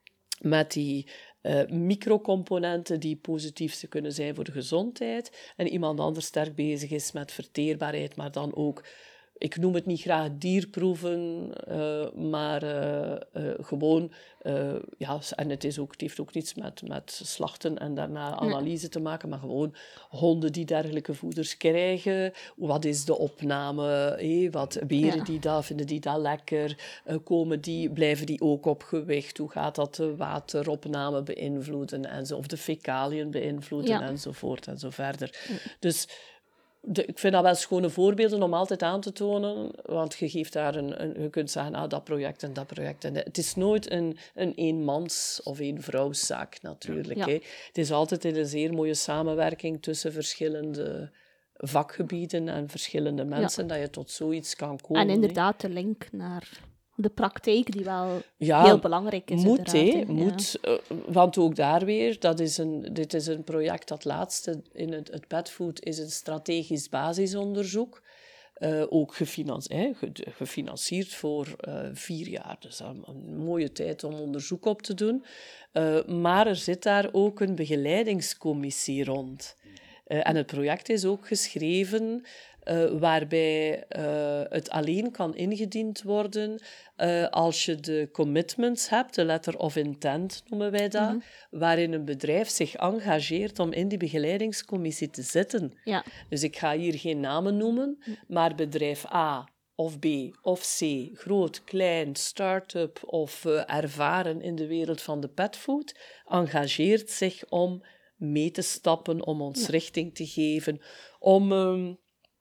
Speaker 3: met die uh, microcomponenten die positief kunnen zijn voor de gezondheid, en iemand anders sterk bezig is met verteerbaarheid, maar dan ook, ik noem het niet graag dierproeven, uh, maar uh, uh, gewoon, uh, ja, en het, is ook, het heeft ook niets met, met slachten en daarna analyse te maken, maar gewoon honden die dergelijke voeders krijgen. Wat is de opname? Hé? Wat weren ja. die dat? Vinden die dat lekker? Uh, komen die, blijven die ook op gewicht? Hoe gaat dat de wateropname beïnvloeden? En zo, of de fecaliën beïnvloeden ja. enzovoort en zo verder. Ja. Dus De, ik vind dat wel schone voorbeelden om altijd aan te tonen, want je geeft daar een, een je kunt zeggen, ah, dat project en dat project. En het is nooit een, een eenmans- of eenvrouwszaak natuurlijk. Ja. Hè. Het is altijd een zeer mooie samenwerking tussen verschillende vakgebieden en verschillende mensen, ja. dat je tot zoiets kan komen.
Speaker 4: En inderdaad, hè. De link naar de praktijk, die wel ja, heel belangrijk is.
Speaker 3: Moet, hè,
Speaker 4: ja.
Speaker 3: moet. Uh, want ook daar weer, dat is een, dit is een project, dat laatste in het, het petfood is een strategisch basisonderzoek. Uh, ook gefinanceerd, hè, gefinancierd voor uh, vier jaar. Dus een, een mooie tijd om onderzoek op te doen. Uh, maar er zit daar ook een begeleidingscommissie rond. Uh, en het project is ook geschreven Uh, waarbij uh, het alleen kan ingediend worden uh, als je de commitments hebt, de letter of intent noemen wij dat, mm-hmm. waarin een bedrijf zich engageert om in die begeleidingscommissie te zitten. Ja. Dus ik ga hier geen namen noemen, maar bedrijf A of B of C, groot, klein, start-up of uh, ervaren in de wereld van de petfood, engageert zich om mee te stappen, om ons ja. richting te geven, om Um,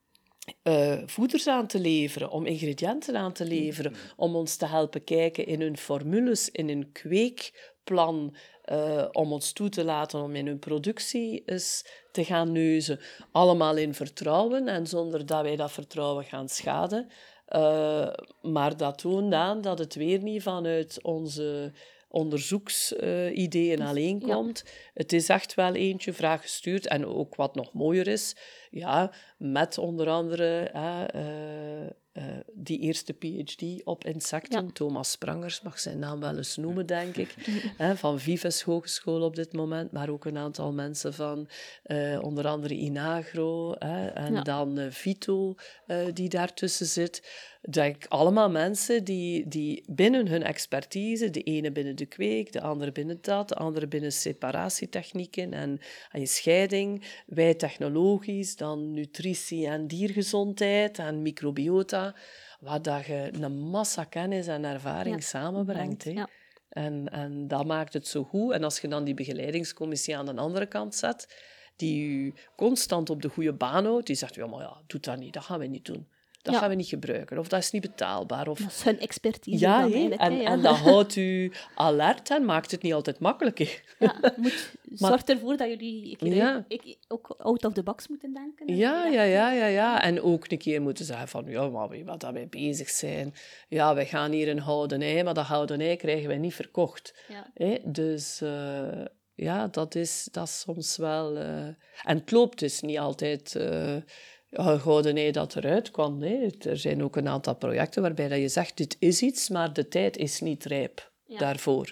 Speaker 3: Uh, voeders aan te leveren, om ingrediënten aan te leveren, om ons te helpen kijken in hun formules, in hun kweekplan, uh, om ons toe te laten om in hun productie eens te gaan neuzen. Allemaal in vertrouwen en zonder dat wij dat vertrouwen gaan schaden. Uh, maar dat toont aan dat het weer niet vanuit onze onderzoeksideeën uh, alleen komt. Ja. Het is echt wel eentje vraaggestuurd. En ook wat nog mooier is, ja, met onder andere uh, uh, uh, die eerste P H D op insecten. Ja. Thomas Sprangers mag zijn naam wel eens noemen, denk ik. uh, van Vives Hogeschool op dit moment, maar ook een aantal mensen van uh, onder andere Inagro uh, en ja. dan uh, Vito uh, die daartussen zit. Denk allemaal mensen die, die binnen hun expertise, de ene binnen de kweek, de andere binnen dat, de andere binnen separatietechnieken en, en je scheiding, wij technologisch, dan nutritie en diergezondheid en microbiota, waar dat je een massa kennis en ervaring ja. samenbrengt. Hè. Ja. En, en dat maakt het zo goed. En als je dan die begeleidingscommissie aan de andere kant zet, die u constant op de goede baan houdt, die zegt, ja, maar ja, doe dat niet, dat gaan we niet doen. Dat
Speaker 4: Ja.
Speaker 3: gaan we niet gebruiken, of dat is niet betaalbaar. Of...
Speaker 4: Dat is hun expertise
Speaker 3: Ja,
Speaker 4: dan
Speaker 3: hè,
Speaker 4: eigenlijk.
Speaker 3: en,
Speaker 4: hè, ja.
Speaker 3: en dat houdt u alert en maakt het niet altijd makkelijk. Hè.
Speaker 4: Ja, moet, zorg ervoor dat jullie een keer
Speaker 3: Ja.
Speaker 4: uit- ik, ook out of the box moeten denken. en
Speaker 3: Ja,
Speaker 4: echt-
Speaker 3: ja, ja, ja, ja. En ook een keer moeten zeggen van, ja, maar weet wat dat wij bezig zijn. Ja, wij gaan hier een houden ei, maar dat houden ei krijgen wij niet verkocht.
Speaker 4: Ja.
Speaker 3: Hè? Dus uh, ja, dat is, dat is soms wel... Uh... En het loopt dus niet altijd... Uh... Ja, gouden ei dat eruit kwam. Hè. Er zijn ook een aantal projecten waarbij dat je zegt, dit is iets, maar de tijd is niet rijp
Speaker 4: Ja.
Speaker 3: daarvoor.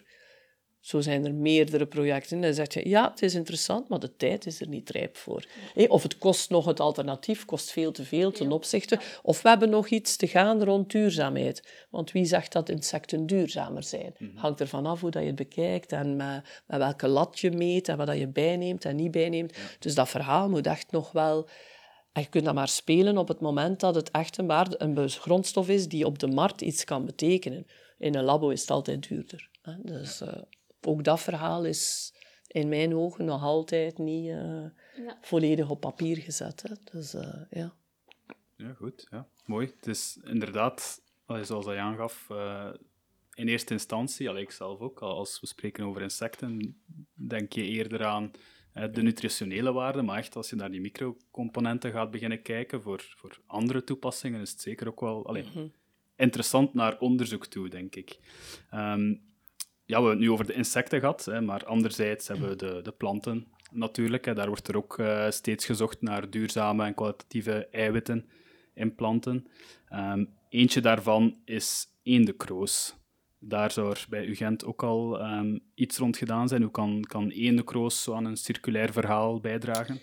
Speaker 3: Zo zijn er meerdere projecten. En dan zeg je, ja, het is interessant, maar de tijd is er niet rijp voor. Hè. Of het kost nog, het alternatief kost veel te veel ten opzichte. Of we hebben nog iets te gaan rond duurzaamheid. Want wie zegt dat insecten duurzamer zijn? Mm-hmm. Hangt ervan af hoe dat je het bekijkt en met, met welke lat je meet en wat dat je bijneemt en niet bijneemt. Ja. Dus dat verhaal moet echt nog wel... En je kunt dat maar spelen op het moment dat het echt een, waarde, een grondstof is die op de markt iets kan betekenen. In een labo is het altijd duurder. Hè? Dus uh, ook dat verhaal is in mijn ogen nog altijd niet uh, ja. volledig op papier gezet. Hè? Dus, uh, ja.
Speaker 2: ja, goed. Ja. Mooi. Het is inderdaad, zoals hij aangaf, uh, in eerste instantie, allee, ik zelf ook, als we spreken over insecten, denk je eerder aan de nutritionele waarde, maar echt als je naar die microcomponenten gaat beginnen kijken voor, voor andere toepassingen, is het zeker ook wel allee, mm-hmm. interessant naar onderzoek toe, denk ik. Um, ja, we hebben het nu over de insecten gehad, hè, maar anderzijds hebben we de, de planten natuurlijk. Hè, daar wordt er ook uh, steeds gezocht naar duurzame en kwalitatieve eiwitten in planten. Um, eentje daarvan is eendekroos. Daar zou er bij UGent ook al um, iets rond gedaan zijn. Hoe kan, kan eendekroos zo aan een circulair verhaal bijdragen?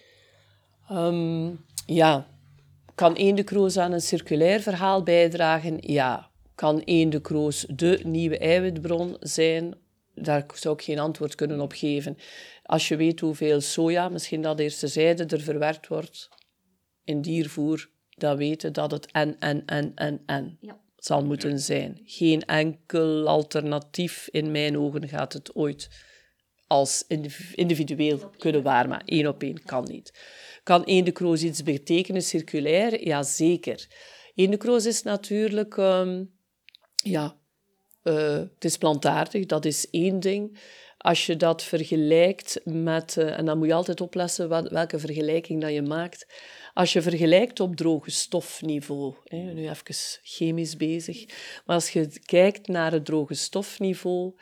Speaker 3: Um, ja, kan eendekroos aan een circulair verhaal bijdragen? Ja. Kan eendekroos de nieuwe eiwitbron zijn? Daar zou ik geen antwoord kunnen op geven. Als je weet hoeveel soja, misschien dat eerst terzijde, er verwerkt wordt in diervoer, dan weten dat het en, en, en, en, en. Ja. zal moeten zijn. Geen enkel alternatief, in mijn ogen, gaat het ooit als individueel kunnen waarmaken. Eén op één kan niet. Kan eendekroos iets betekenen, circulair? Ja, zeker. Eendekroos is natuurlijk... Um, ja, uh, het is plantaardig, dat is één ding. Als je dat vergelijkt met... Uh, en dan moet je altijd opletten wat, welke vergelijking dat je maakt... Als je vergelijkt op droge stofniveau, hè, nu even chemisch bezig, maar als je kijkt naar het droge stofniveau,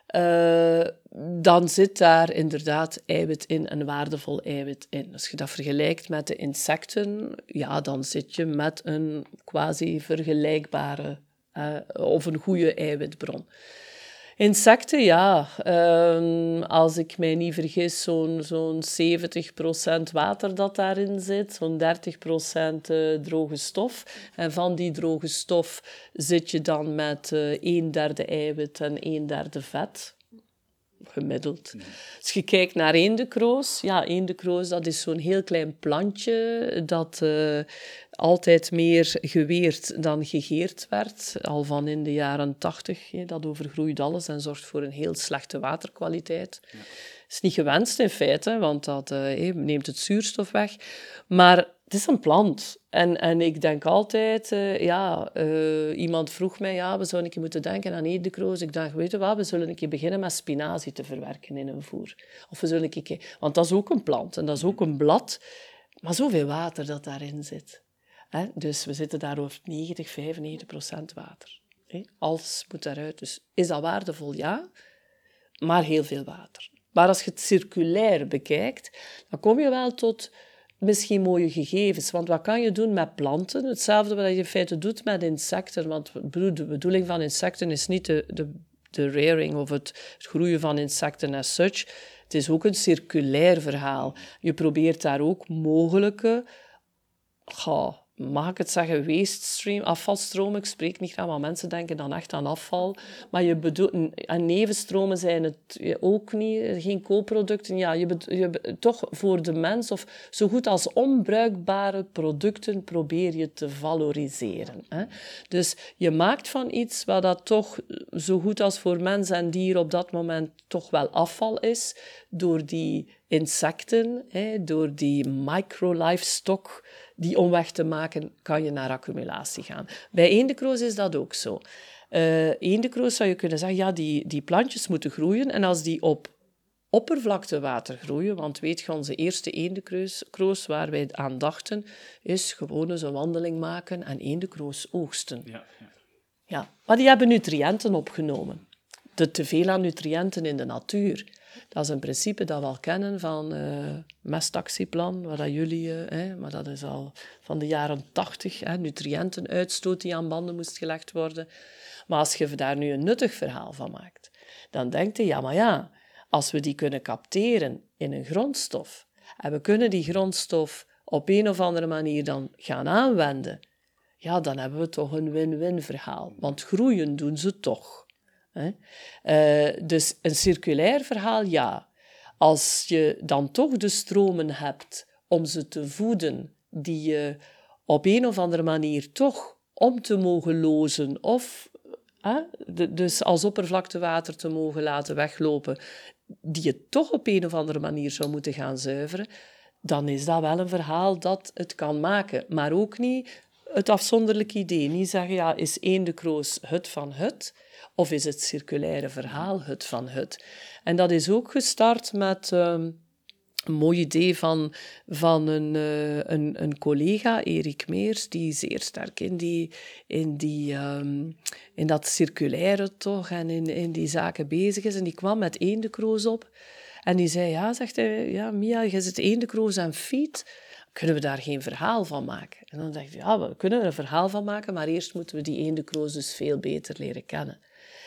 Speaker 3: uh, dan zit daar inderdaad eiwit in, een waardevol eiwit in. Als je dat vergelijkt met de insecten, ja, dan zit je met een quasi vergelijkbare uh, of een goede eiwitbron. Insecten, ja. Um, als ik mij niet vergis, zo'n, zo'n zeventig procent water dat daarin zit, zo'n dertig procent uh, droge stof. En van die droge stof zit je dan met uh, een derde eiwit en een derde vet. Gemiddeld. Mm. Als je kijkt naar eendekroos, ja, eendekroos, dat is zo'n heel klein plantje dat uh, altijd meer geweerd dan gegeerd werd. Al van in de jaren tachtig. Dat overgroeit alles en zorgt voor een heel slechte waterkwaliteit. Ja. Is niet gewenst in feite, want dat uh, neemt het zuurstof weg. Maar het is een plant. En, en ik denk altijd, uh, ja, uh, iemand vroeg mij, ja, we zouden een keer moeten denken aan eendekroos. Ik dacht, weet je wat, we zullen een keer beginnen met spinazie te verwerken in een voer. Of we zullen een keer, want dat is ook een plant en dat is ook een blad. Maar zoveel water dat daarin zit. Hè? Dus we zitten daar over negentig, vijfennegentig procent water. Hè? Alles moet daaruit. Dus is dat waardevol? Ja, maar heel veel water. Maar als je het circulair bekijkt, dan kom je wel tot misschien mooie gegevens. Want wat kan je doen met planten? Hetzelfde wat je in feite doet met insecten. Want de bedoeling van insecten is niet de, de, de rearing of het, het groeien van insecten as such. Het is ook een circulair verhaal. Je probeert daar ook mogelijke... Goh, mag ik het zeggen, waste stream, afvalstromen. Ik spreek niet aan, maar mensen denken dan echt aan afval. Maar je bedoelt, en nevenstromen zijn het ook niet, geen co-producten. Ja, je, bedoelt, je toch voor de mens, of zo goed als onbruikbare producten, probeer je te valoriseren. Hè? Dus je maakt van iets wat dat toch zo goed als voor mens en dier op dat moment toch wel afval is, door die insecten, hè, door die micro-livestock die om weg te maken, kan je naar accumulatie gaan. Bij eendekroos is dat ook zo. Uh, eendekroos zou je kunnen zeggen, ja, die, die plantjes moeten groeien en als die op oppervlaktewater groeien, want weet je, onze eerste eendekroos waar wij aan dachten, is gewoon eens een wandeling maken en eendekroos oogsten. Ja, ja. Ja, maar die hebben nutriënten opgenomen. De teveel aan nutriënten in de natuur. Dat is een principe dat we al kennen van uh, mestactieplan, waar dat jullie, uh, hè, maar dat is al van de jaren tachtig, hè, nutriëntenuitstoot die aan banden moest gelegd worden. Maar als je daar nu een nuttig verhaal van maakt, dan denk je, ja, maar ja, als we die kunnen capteren in een grondstof, en we kunnen die grondstof op een of andere manier dan gaan aanwenden, ja, dan hebben we toch een win-win verhaal. Want groeien doen ze toch. Hè? Uh, dus een circulair verhaal, ja. Als je dan toch de stromen hebt om ze te voeden, die je op een of andere manier toch om te mogen lozen, of uh, de, dus als oppervlaktewater te mogen laten weglopen, die je toch op een of andere manier zou moeten gaan zuiveren, dan is dat wel een verhaal dat het kan maken. Maar ook niet het afzonderlijk idee. Niet zeggen, ja, is eendekroos het van het? Of is het circulaire verhaal het van het? En dat is ook gestart met um, een mooi idee van, van een, uh, een, een collega, Erik Meers, die zeer sterk in, die, in, die, um, in dat circulaire toch en in, in die zaken bezig is. En die kwam met eendekroos op. En die zei, ja, zegt hij, ja, Mia, je zit eendekroos en fiet. Kunnen we daar geen verhaal van maken? En dan dacht ik, ja, we kunnen er een verhaal van maken, maar eerst moeten we die eendekroos dus veel beter leren kennen.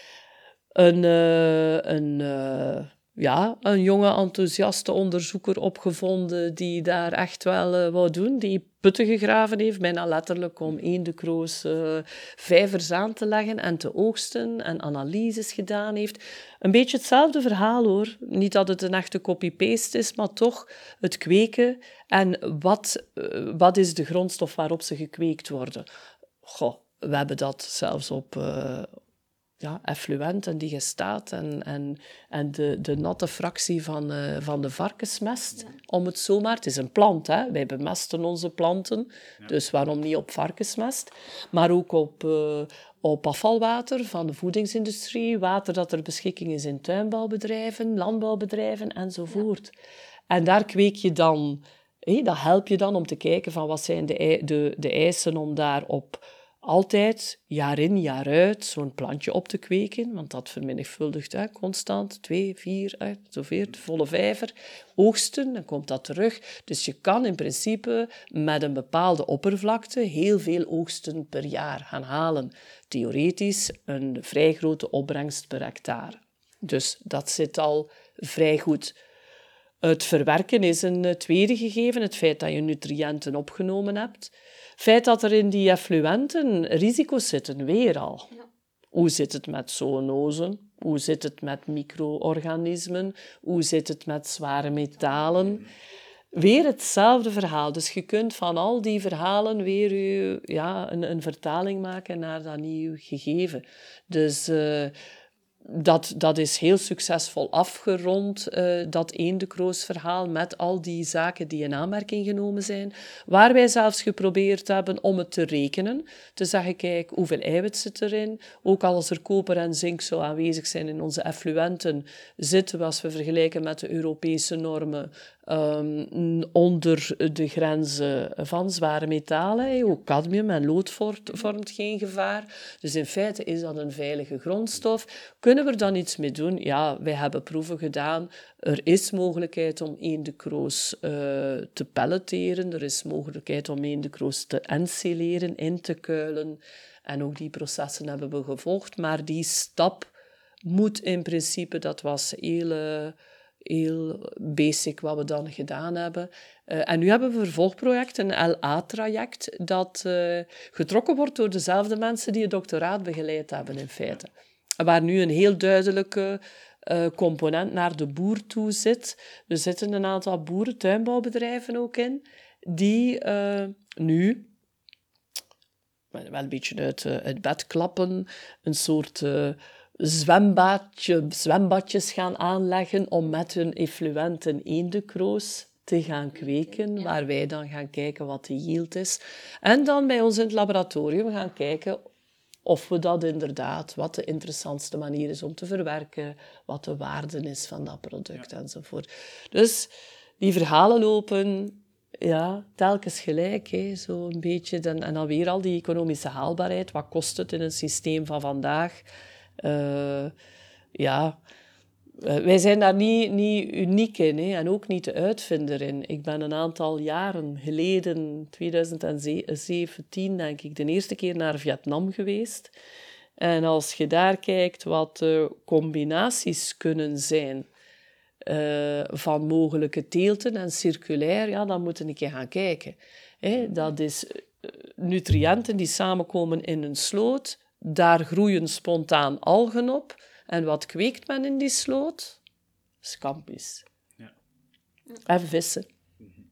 Speaker 3: Een, uh, een, uh, ja, een jonge, enthousiaste onderzoeker opgevonden die daar echt wel uh, wou doen, die putten gegraven heeft, bijna letterlijk om eendekroos uh, vijvers aan te leggen en te oogsten en analyses gedaan heeft. Een beetje hetzelfde verhaal, hoor. Niet dat het een echte copy-paste is, maar toch het kweken en wat, uh, wat is de grondstof waarop ze gekweekt worden. Goh, we hebben dat zelfs op... Uh, Ja, effluent en digestaat en, en, en de, de natte fractie van, uh, van de varkensmest. Ja. Om het zomaar... Het is een plant, hè. Wij bemesten onze planten, ja. Dus waarom niet op varkensmest? Maar ook op, uh, op afvalwater van de voedingsindustrie, water dat er beschikking is in tuinbouwbedrijven, landbouwbedrijven enzovoort. Ja. En daar kweek je dan... Hé, dat help je dan om te kijken van wat zijn de, de, de eisen om daarop... altijd, jaar in, jaar uit, zo'n plantje op te kweken, want dat vermenigvuldigt hè, constant, twee, vier, hè, zoveel, volle vijver, oogsten, dan komt dat terug. Dus je kan in principe met een bepaalde oppervlakte heel veel oogsten per jaar gaan halen. Theoretisch een vrij grote opbrengst per hectare. Dus dat zit al vrij goed. Het verwerken is een tweede gegeven, het feit dat je nutriënten opgenomen hebt. Het feit dat er in die effluenten risico's zitten, weer al. Ja. Hoe zit het met zoonosen? Hoe zit het met micro-organismen? Hoe zit het met zware metalen? Weer hetzelfde verhaal. Dus je kunt van al die verhalen weer je, ja, een, een vertaling maken naar dat nieuw gegeven. Dus... Uh, Dat, dat is heel succesvol afgerond, uh, dat eendekroosverhaal, met al die zaken die in aanmerking genomen zijn. Waar wij zelfs geprobeerd hebben om het te rekenen. Te zeggen, kijk, hoeveel eiwit zit erin? Ook als er koper en zink zou aanwezig zijn in onze effluenten, zitten we, als we vergelijken met de Europese normen, um, onder de grenzen van zware metalen. Ook cadmium en lood vormt geen gevaar. Dus in feite is dat een veilige grondstof. Kunnen we er dan iets mee doen? Ja, wij hebben proeven gedaan. Er is mogelijkheid om eendekroos uh, te pelleteren. Er is mogelijkheid om eendekroos te ensileren, in te kuilen. En ook die processen hebben we gevolgd. Maar die stap moet in principe, dat was heel, uh, heel basic wat we dan gedaan hebben. Uh, en nu hebben we een vervolgproject, een L A-traject, dat uh, getrokken wordt door dezelfde mensen die het doctoraat begeleid hebben in feite. Waar nu een heel duidelijke uh, component naar de boer toe zit. Er zitten een aantal boeren, tuinbouwbedrijven ook in, die uh, nu, wel een beetje uit uh, het bed klappen, een soort uh, zwembadje, zwembadjes gaan aanleggen om met hun effluenten eendenkroos te gaan kweken, ja. Waar wij dan gaan kijken wat de yield is. En dan bij ons in het laboratorium gaan kijken of we dat inderdaad, wat de interessantste manier is om te verwerken, wat de waarde is van dat product, ja. Enzovoort. Dus die verhalen lopen ja, telkens gelijk, hè, zo een beetje. Dan, en dan weer al die economische haalbaarheid. Wat kost het in een systeem van vandaag? Uh, ja... Uh, wij zijn daar niet, niet uniek in, hè, en ook niet de uitvinder in. Ik ben een aantal jaren geleden, twintig zeventien, denk ik, de eerste keer naar Vietnam geweest. En als je daar kijkt wat de combinaties kunnen zijn uh, van mogelijke teelten en circulair, ja, dan moet je een keer gaan kijken. Hè, dat is uh, nutriënten die samenkomen in een sloot, daar groeien spontaan algen op. En wat kweekt men in die sloot? Scampi's. Ja. En vissen. Mm-hmm.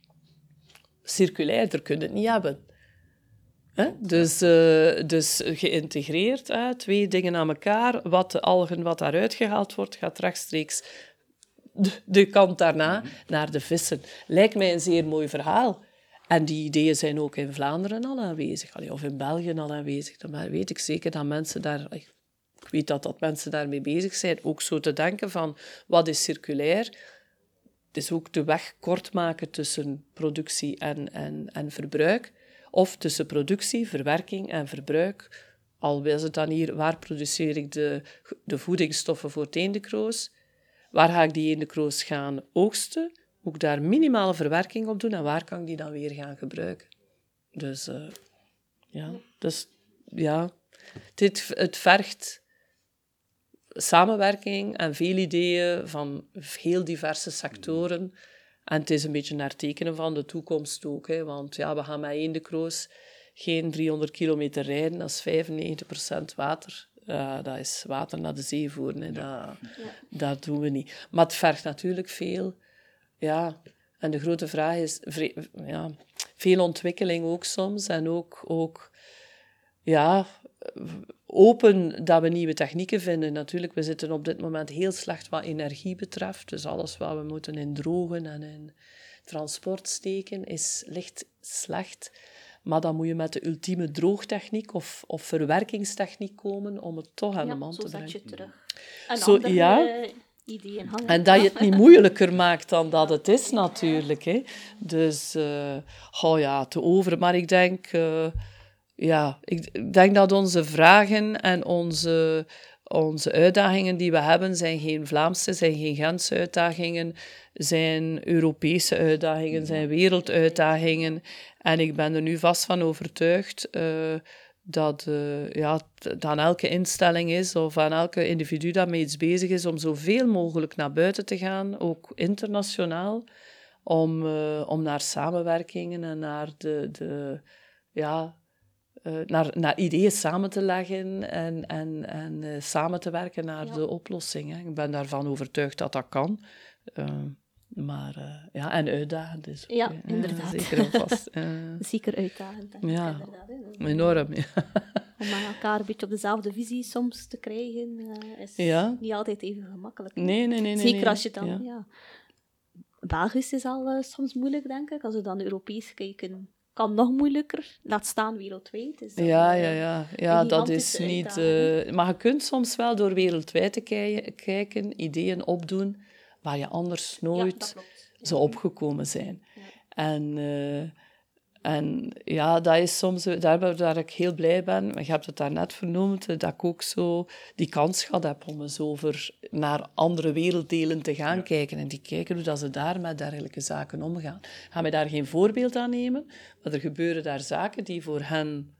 Speaker 3: Circulairder kun je het niet hebben. Hè? Dus, uh, dus geïntegreerd, hè? Twee dingen aan elkaar. Wat de algen wat daaruit gehaald wordt, gaat rechtstreeks de, de kant daarna mm-hmm. naar de vissen. Lijkt mij een zeer mooi verhaal. En die ideeën zijn ook in Vlaanderen al aanwezig. Allee, of in België al aanwezig. Dan weet ik zeker dat mensen daar... Ik weet dat, dat mensen daarmee bezig zijn, ook zo te denken van, wat is circulair? Het is ook de weg kort maken tussen productie en, en, en verbruik. Of tussen productie, verwerking en verbruik. Al is het dan hier, waar produceer ik de, de voedingsstoffen voor het eendekroos? Waar ga ik die eendekroos gaan oogsten? Moet ik daar minimale verwerking op doen? En waar kan ik die dan weer gaan gebruiken? Dus, uh, ja, dus, ja... Dit, het vergt samenwerking en veel ideeën van heel diverse sectoren. En het is een beetje naar tekenen van de toekomst ook. Hè, want ja, we gaan met eendekroos geen driehonderd kilometer rijden. Dat is vijfennegentig procent water. Uh, dat is water naar de zee voeren. Hè. Dat, ja. dat doen we niet. Maar het vergt natuurlijk veel. Ja. En de grote vraag is... Ja, veel ontwikkeling ook soms. En ook... ook ja... open dat we nieuwe technieken vinden. Natuurlijk, we zitten op dit moment heel slecht wat energie betreft. Dus alles wat we moeten in drogen en in transport steken, is licht slecht. Maar dan moet je met de ultieme droogtechniek of, of verwerkingstechniek komen om het toch aan
Speaker 4: ja,
Speaker 3: de man te brengen.
Speaker 4: Ja, zodat je terug een
Speaker 3: zo,
Speaker 4: andere
Speaker 3: ja.
Speaker 4: ideeën hangen.
Speaker 3: En dat je het niet moeilijker maakt dan dat het is, natuurlijk. Hè. Dus, uh, oh ja, te over. Maar ik denk... Uh, Ja, ik denk dat onze vragen en onze, onze uitdagingen die we hebben, zijn geen Vlaamse, zijn geen Gentse uitdagingen, zijn Europese uitdagingen, zijn werelduitdagingen. En ik ben er nu vast van overtuigd uh, dat, uh, ja, dat aan elke instelling is of aan elke individu dat mee iets bezig is om zoveel mogelijk naar buiten te gaan, ook internationaal, om, uh, om naar samenwerkingen en naar de... de ja, Uh, naar, naar ideeën samen te leggen en, en, en uh, samen te werken naar ja. de oplossing. Hè. Ik ben daarvan overtuigd dat dat kan. Uh, maar, uh, ja, en uitdagend is ook.
Speaker 4: Ja,
Speaker 3: hè.
Speaker 4: inderdaad.
Speaker 3: Ja, zeker en vast. Uh,
Speaker 4: zeker uitdagend, denk
Speaker 3: ja,
Speaker 4: ik, inderdaad. Hè.
Speaker 3: Enorm, ja.
Speaker 4: Om aan elkaar een beetje op dezelfde visie soms te krijgen, uh, is
Speaker 3: ja.
Speaker 4: niet altijd even gemakkelijk.
Speaker 3: Nee, nee, nee. nee
Speaker 4: zeker
Speaker 3: nee.
Speaker 4: als je dan...
Speaker 3: Ja.
Speaker 4: Ja. Belgisch is al uh, soms moeilijk, denk ik. Als we dan Europees kijken... kan nog moeilijker, laat staan wereldwijd. Is dat,
Speaker 3: ja,
Speaker 4: uh,
Speaker 3: ja, ja, ja, dat is niet... Uh, maar je kunt soms wel door wereldwijd te kei- kijken, ideeën opdoen, waar je anders nooit
Speaker 4: ja, ja.
Speaker 3: zou opgekomen zijn.
Speaker 4: Ja.
Speaker 3: En, uh, en ja, dat is soms... Daar, daar ik heel blij ben, maar je hebt het daarnet vernoemd, dat ik ook zo die kans gehad heb om eens over naar andere werelddelen te gaan ja. kijken. En die kijken hoe dat ze daar met dergelijke zaken omgaan. Ga mij daar geen voorbeeld aan nemen, maar er gebeuren daar zaken die voor hen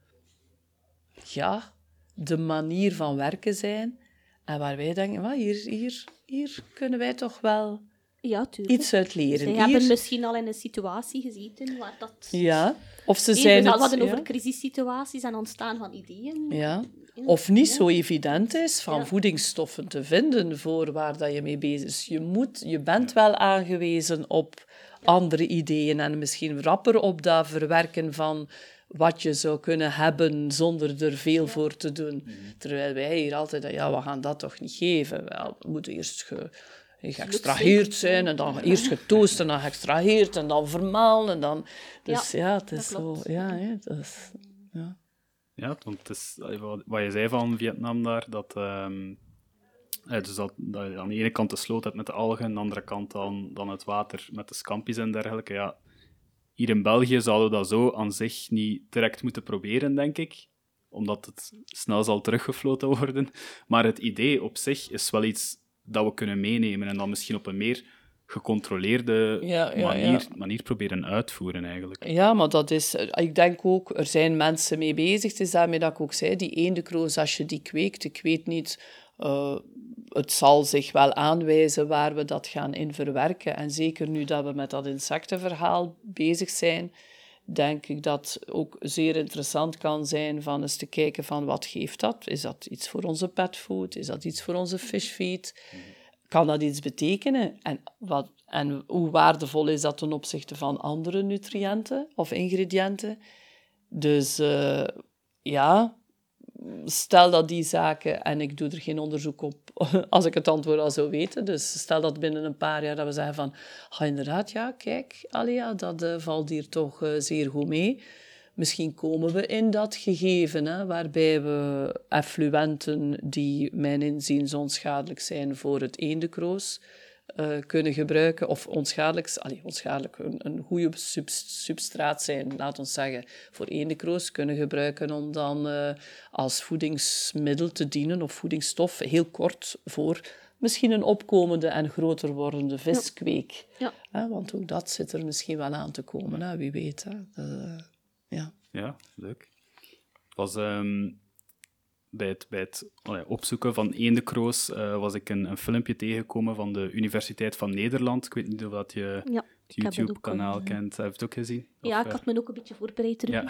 Speaker 3: ja, de manier van werken zijn. En waar wij denken, well, hier, hier, hier kunnen wij toch wel
Speaker 4: ja,
Speaker 3: iets uit leren.
Speaker 4: Ze
Speaker 3: hier...
Speaker 4: hebben misschien al in een situatie gezeten waar dat...
Speaker 3: Ja, of ze
Speaker 4: even,
Speaker 3: zijn
Speaker 4: we
Speaker 3: het...
Speaker 4: hadden over
Speaker 3: ja.
Speaker 4: crisissituaties en ontstaan van ideeën.
Speaker 3: Ja. Of niet
Speaker 4: ja.
Speaker 3: zo evident is van
Speaker 4: ja.
Speaker 3: voedingsstoffen te vinden voor waar dat je mee bezig is. Je, moet, je bent wel aangewezen op andere ideeën en misschien rapper op dat verwerken van wat je zou kunnen hebben zonder er veel voor te doen. Mm-hmm. Terwijl wij hier altijd, ja, we gaan dat toch niet geven. Wel, we moeten eerst ge, geëxtraheerd zijn en dan eerst getoast en dan geëxtraheerd en dan vermalen. En dan, dus ja, ja het is zo... Ja, hè, dat is, ja.
Speaker 2: Ja, want het is, wat je zei van Vietnam daar, dat, um, dus dat, dat je aan de ene kant de sloot hebt met de algen, aan de andere kant dan, dan het water met de scampi's en dergelijke. Ja, hier in België zouden we dat zo aan zich niet direct moeten proberen, denk ik, omdat het snel zal teruggefloten worden. Maar het idee op zich is wel iets dat we kunnen meenemen en dan misschien op een meer gecontroleerde
Speaker 3: ja, ja,
Speaker 2: manier,
Speaker 3: ja.
Speaker 2: manier proberen uitvoeren, eigenlijk.
Speaker 3: Ja, maar dat is... Ik denk ook, er zijn mensen mee bezig. Het is daarmee dat ik ook zei, die eendekroos, als je die kweekt, ik weet niet... Uh, het zal zich wel aanwijzen waar we dat gaan in verwerken. En zeker nu dat we met dat insectenverhaal bezig zijn, denk ik dat ook zeer interessant kan zijn van eens te kijken van wat geeft dat? Is dat iets voor onze petfood? Is dat iets voor onze fishfeed? Kan dat iets betekenen? En, wat, en hoe waardevol is dat ten opzichte van andere nutriënten of ingrediënten? Dus uh, ja... Stel dat die zaken, en ik doe er geen onderzoek op als ik het antwoord al zou weten, dus stel dat binnen een paar jaar dat we zeggen van, ah, inderdaad, ja, kijk, Alia, dat uh, valt hier toch uh, zeer goed mee. Misschien komen we in dat gegeven, hè, waarbij we effluenten die mijn inziens onschadelijk zijn voor het eendekroos, Uh, kunnen gebruiken, of onschadelijk, allee, onschadelijk een, een goede sub, substraat zijn, laat ons zeggen, voor eendekroos kunnen gebruiken om dan uh, als voedingsmiddel te dienen, of voedingsstof, heel kort, voor misschien een opkomende en groter wordende viskweek. Ja. Ja. Uh, want ook dat zit er misschien wel aan te komen, hè, wie weet. Hè. Uh, ja.
Speaker 2: ja, leuk. Het was... Um... Bij het, bij het oh ja, opzoeken van eendekroos uh, was ik een, een filmpje tegengekomen van de Universiteit van Nederland. Ik weet niet of dat je
Speaker 4: ja,
Speaker 2: het YouTube-kanaal uh, kent. Heb je het ook gezien?
Speaker 4: Ja,
Speaker 2: of,
Speaker 4: ik had me ook een beetje voorbereid.
Speaker 2: Ja.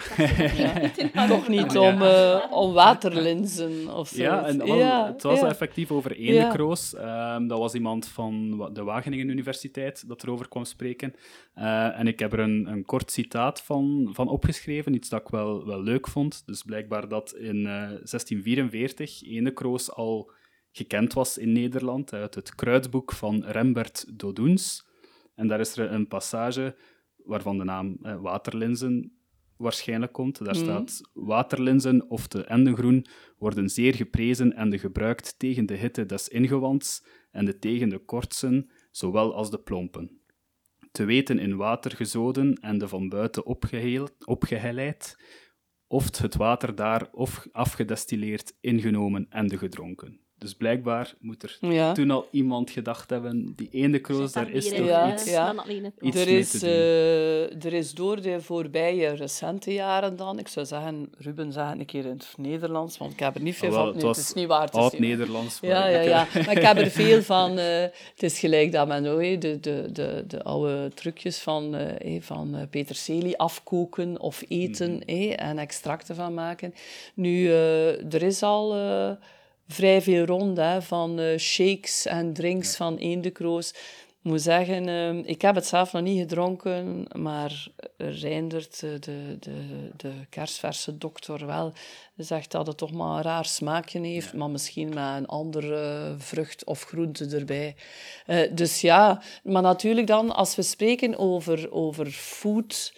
Speaker 3: Ja. Toch niet om, uh, om waterlinzen of zo.
Speaker 2: Ja, en, wel,
Speaker 3: ja,
Speaker 2: het was
Speaker 3: ja.
Speaker 2: effectief over eendekroos. Ja. Um, dat was iemand van de Wageningen Universiteit dat erover kwam spreken. Uh, en ik heb er een, een kort citaat van, van opgeschreven, iets dat ik wel, wel leuk vond. Dus blijkbaar dat in uh, zestien vierenveertig eendekroos al gekend was in Nederland, uit het kruidboek van Rembert Dodoens. En daar is er een passage waarvan de naam eh, waterlinzen waarschijnlijk komt. Daar staat, mm. waterlinzen of de endengroen worden zeer geprezen en de gebruikt tegen de hitte des ingewands en de tegen de kortsen, zowel als de plompen. Te weten in water gezoden en de van buiten opgeheleid, oft het water daar of afgedestilleerd, ingenomen en de gedronken. Dus blijkbaar moet er ja. toen al iemand gedacht hebben, die eendekroos, daar is toch
Speaker 3: ja,
Speaker 2: iets,
Speaker 3: ja.
Speaker 2: iets
Speaker 3: er
Speaker 2: mee
Speaker 3: is,
Speaker 2: te doen.
Speaker 3: Uh, er is door de voorbije recente jaren dan, ik zou zeggen, Ruben zei een keer in het Nederlands, want ik heb er niet veel
Speaker 2: oh, wel,
Speaker 3: van, nee,
Speaker 2: het,
Speaker 3: het is niet waar.
Speaker 2: Oud-Nederlands.
Speaker 3: Ja, ja, ja, maar ik heb er veel van, uh, het is gelijk dat men oh, de, de, de, de oude trucjes van, uh, van uh, peterselie afkoken of eten mm. eh, en extracten van maken. Nu, uh, er is al... Uh, vrij veel rond, hè, van uh, shakes en drinks ja. van eendekroos. Ik moet zeggen, uh, ik heb het zelf nog niet gedronken, maar Reindert, de, de, de kersverse dokter, wel, zegt dat het toch maar een raar smaakje heeft, ja. maar misschien met een andere vrucht of groente erbij. Uh, dus ja, maar natuurlijk dan, als we spreken over, over food,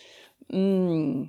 Speaker 3: mm,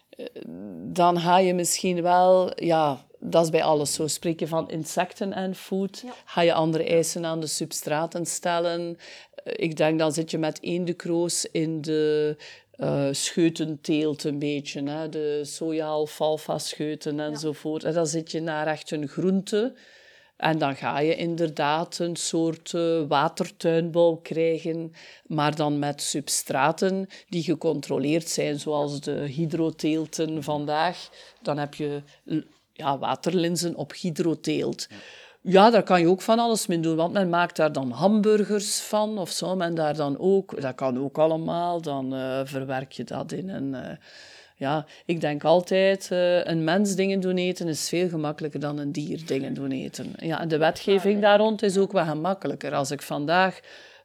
Speaker 3: dan ga je misschien wel... ja. Dat is bij alles zo. Spreek je van insecten en food, ja. ga je andere eisen aan de substraten stellen. Ik denk, dan zit je met eendekroos in de uh, scheutenteelt een beetje. Hè? De soja-alfalfa-scheuten enzovoort. Ja. En dan zit je naar echt een groente. En dan ga je inderdaad een soort uh, watertuinbouw krijgen, maar dan met substraten die gecontroleerd zijn, zoals de hydroteelten vandaag. Dan heb je... ja, waterlinzen op hydroteelt. Ja. ja, daar kan je ook van alles mee doen, want men maakt daar dan hamburgers van, of zo, men daar dan ook, dat kan ook allemaal, dan uh, verwerk je dat in een... Uh, ja, ik denk altijd, uh, een mens dingen doen eten is veel gemakkelijker dan een dier dingen doen eten. Ja, en de wetgeving daar rond is ook wel gemakkelijker. Als ik vandaag...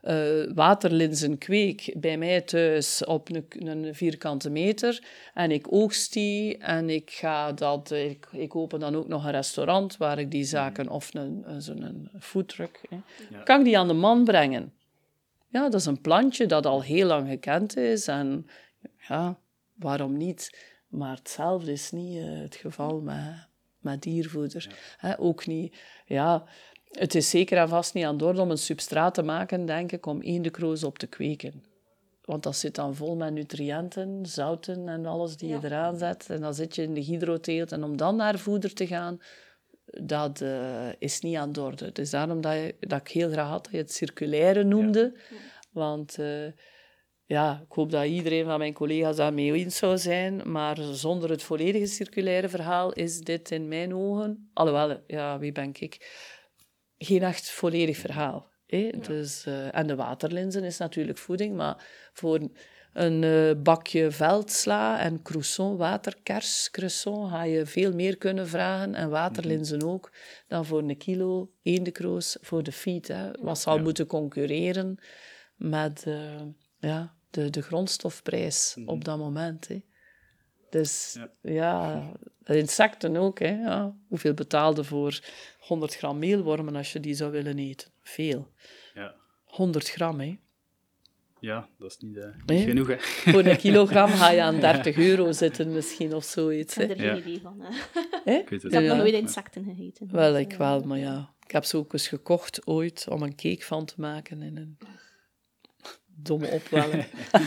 Speaker 3: uh, waterlinzen kweek bij mij thuis op een, een vierkante meter en ik oogst die en ik, ga dat, ik, ik open dan ook nog een restaurant waar ik die zaken, of een, zo'n foodtruck, hè, ja. kan ik die aan de man brengen. Ja, dat is een plantje dat al heel lang gekend is en ja, waarom niet? Maar hetzelfde is niet uh, het geval met, met diervoeder. Ja. Hè, ook niet, ja... Het is zeker en vast niet aan de orde om een substraat te maken, denk ik, om eendekroos op te kweken. Want dat zit dan vol met nutriënten, zouten en alles die ja. je eraan zet. En dan zit je in de hydroteelt. En om dan naar voeder te gaan, dat uh, is niet aan de orde. Het is daarom dat, je, dat ik heel graag had dat je het circulaire noemde. Ja. Want uh, ja, ik hoop dat iedereen van mijn collega's daarmee eens zou zijn. Maar zonder het volledige circulaire verhaal is dit in mijn ogen... Alhoewel, ja, wie ben ik... Geen echt volledig verhaal. Hè? Ja. Dus, uh, en de waterlinzen is natuurlijk voeding, maar voor een uh, bakje veldsla en croissant, waterkers, croissant, ga je veel meer kunnen vragen, en waterlinzen mm-hmm. ook, dan voor een kilo eendekroos voor de feed. Hè? Wat zal ja. moeten concurreren met uh, ja, de, de grondstofprijs mm-hmm. op dat moment. Hè? Dus ja, ja insecten ook. Hè, ja. Hoeveel betaalde voor honderd gram meelwormen als je die zou willen eten? Veel.
Speaker 2: Ja.
Speaker 3: honderd gram, hè.
Speaker 2: Ja, dat is niet, uh, niet nee? genoeg, hè.
Speaker 3: Voor een kilogram ga je aan dertig euro zitten misschien, of zoiets.
Speaker 4: Ik heb er geen
Speaker 3: ja.
Speaker 4: idee van.
Speaker 3: Hè?
Speaker 4: Ik, ik heb ja. nog nooit insecten gegeten.
Speaker 3: Wel, ik wel, maar ja. Ik heb ze ook eens gekocht ooit om een cake van te maken in een... domme opwelling.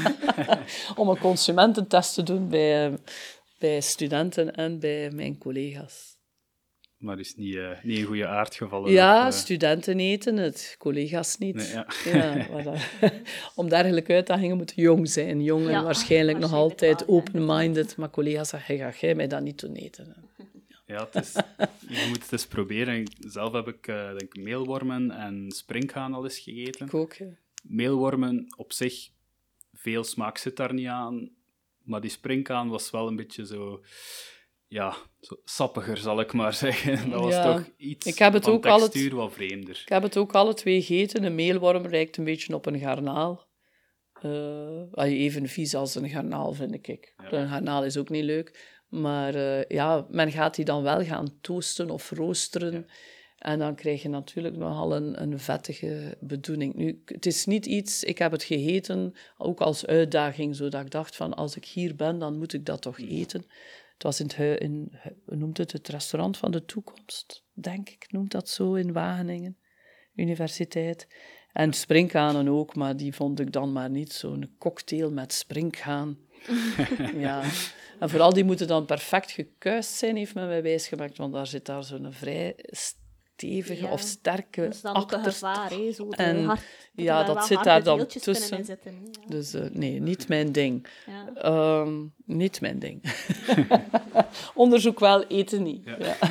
Speaker 3: Om een consumententest te doen bij, bij studenten en bij mijn collega's.
Speaker 2: Maar is niet, uh, niet een goede aard gevallen?
Speaker 3: Ja,
Speaker 2: of, uh...
Speaker 3: studenten eten het, collega's niet.
Speaker 2: Nee, ja.
Speaker 3: Ja, maar dat, om dergelijke uitdagingen moet je jong zijn. Jong en ja, waarschijnlijk nog altijd open-minded. Maar collega's zeggen, ga jij mij dat niet doen eten?
Speaker 2: Ja, het is, je moet het eens proberen. Zelf heb ik uh, denk ik meelwormen en springhaan al eens gegeten.
Speaker 3: Ik ook, ja.
Speaker 2: Meelwormen op zich, veel smaak zit daar niet aan, maar die springhaan was wel een beetje zo, ja, zo sappiger, zal ik maar zeggen. Dat was ja, toch iets ik heb het van ook textuur wat vreemder.
Speaker 3: Ik heb het ook alle twee gegeten. Een meelworm lijkt een beetje op een garnaal. Uh, even vies als een garnaal, vind ik. Ja. Een garnaal is ook niet leuk. Maar uh, ja, men gaat die dan wel gaan toasten of roosteren. Ja. En dan krijg je natuurlijk nogal een, een vettige bedoeling. Nu, het is niet iets... Ik heb het gegeten, ook als uitdaging, zodat ik dacht van, als ik hier ben, dan moet ik dat toch eten. Het was in het, in, noemt het, het restaurant van de toekomst, denk ik, noemt dat zo, in Wageningen. Universiteit. En sprinkhanen ook, maar die vond ik dan maar niet. Zo'n cocktail met sprinkhaan. Ja. En vooral die moeten dan perfect gekuist zijn, heeft men mij wijsgemaakt, want daar zit daar zo'n vrij stevige ja, of sterke
Speaker 4: dat is dan ook een gevaar, hè? Zo
Speaker 3: en
Speaker 4: hard,
Speaker 3: ja, dat zit daar dan tussen.
Speaker 4: Zitten, ja.
Speaker 3: Dus uh, nee, niet mijn ding. Ja. Um, niet mijn ding. Onderzoek wel, eten niet. Ja. Ja.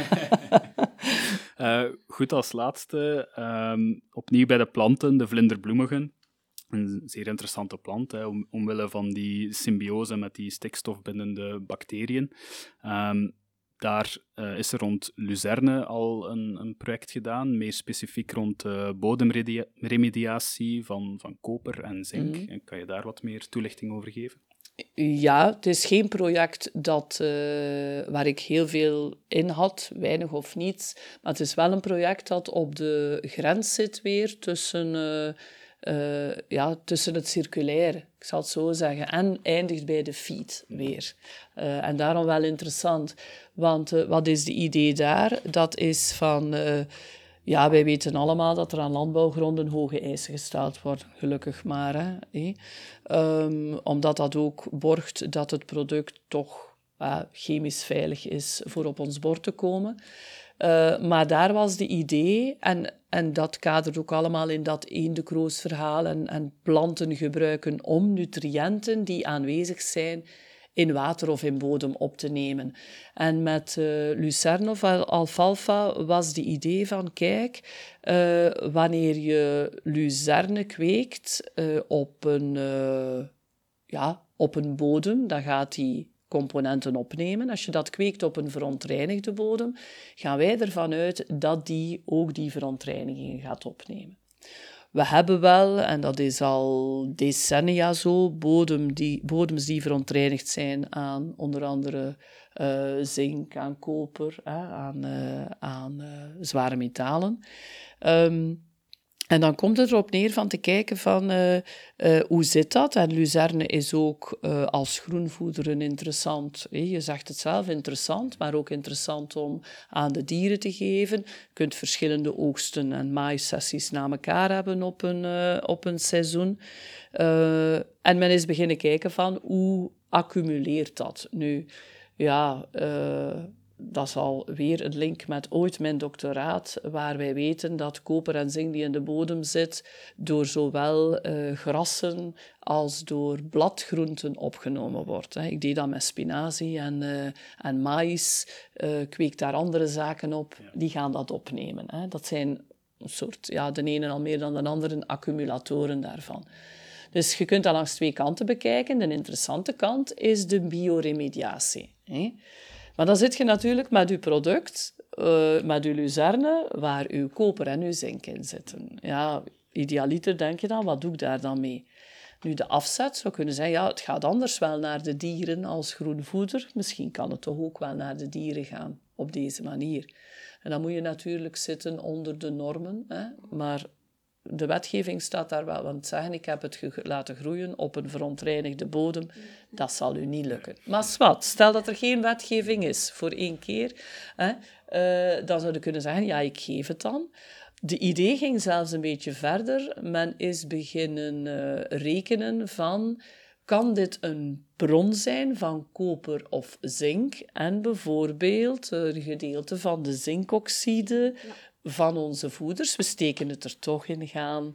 Speaker 2: uh, goed, als laatste, um, opnieuw bij de planten, de vlinderbloemigen. Een zeer interessante plant, hè, om, omwille van die symbiose met die stikstofbindende bacteriën. Um, Daar uh, is er rond luzerne al een, een project gedaan, meer specifiek rond uh, bodemremediatie van, van koper en zink. Mm. En kan je daar wat meer toelichting over geven?
Speaker 3: Ja, het is geen project dat, uh, waar ik heel veel in had, weinig of niets. Maar het is wel een project dat op de grens zit weer tussen... Uh, Uh, ja, tussen het circulaire, ik zal het zo zeggen, en eindigt bij de feed weer. Uh, en daarom wel interessant, want uh, wat is de idee daar? Dat is van, uh, ja, wij weten allemaal dat er aan landbouwgronden hoge eisen gesteld worden, gelukkig maar. Hè, eh? um, omdat dat ook borgt dat het product toch uh, chemisch veilig is voor op ons bord te komen. Uh, maar daar was de idee, en, en dat kadert ook allemaal in dat eendekroosverhaal en, en planten gebruiken om nutriënten die aanwezig zijn in water of in bodem op te nemen. En met uh, lucerne of alfalfa was de idee van, kijk, uh, wanneer je lucerne kweekt uh, op, een, uh, ja, op een bodem, dan gaat die componenten opnemen. Als je dat kweekt op een verontreinigde bodem, gaan wij ervan uit dat die ook die verontreinigingen gaat opnemen. we hebben wel, en dat is al decennia zo, bodem die, bodems die verontreinigd zijn aan onder andere uh, zink, aan koper, hè, aan, uh, aan uh, zware metalen. Um, En dan komt het erop neer van te kijken van uh, uh, hoe zit dat? En luzerne is ook uh, als groenvoeder een interessant, eh, je zegt het zelf, interessant, maar ook interessant om aan de dieren te geven. Je kunt verschillende oogsten en maïssessies na elkaar hebben op een, uh, op een seizoen. Uh, en men is beginnen kijken van hoe accumuleert dat? Nu, ja... Uh, Dat is alweer een link met ooit mijn doctoraat, waar wij weten dat koper en zink die in de bodem zit, door zowel uh, grassen als door bladgroenten opgenomen wordt. Hè. Ik deed dat met spinazie en, uh, en maïs, uh, kweek daar andere zaken op, die gaan dat opnemen. Hè. Dat zijn een soort, ja, de ene al meer dan de andere, accumulatoren daarvan. Dus je kunt dat langs twee kanten bekijken. De interessante kant is de bioremediatie. Hè. Maar dan zit je natuurlijk met je product, uh, met je luzerne, waar je koper en je zink in zitten. Ja, idealiter denk je dan, wat doe ik daar dan mee? Nu, de afzet zou kunnen zijn, ja, het gaat anders wel naar de dieren als groenvoeder. Misschien kan het toch ook wel naar de dieren gaan, op deze manier. En dan moet je natuurlijk zitten onder de normen, hè, maar... De wetgeving staat daar wel, want zeggen, ik heb het ge- laten groeien op een verontreinigde bodem, dat zal u niet lukken. Maar wat, stel dat er geen wetgeving is voor één keer, hè, uh, dan zou je kunnen zeggen, ja, ik geef het dan. De idee ging zelfs een beetje verder. Men is beginnen uh, rekenen van, kan dit een bron zijn van koper of zink en bijvoorbeeld een gedeelte van de zinkoxide... Ja. Van onze voeders. We steken het er toch in gaan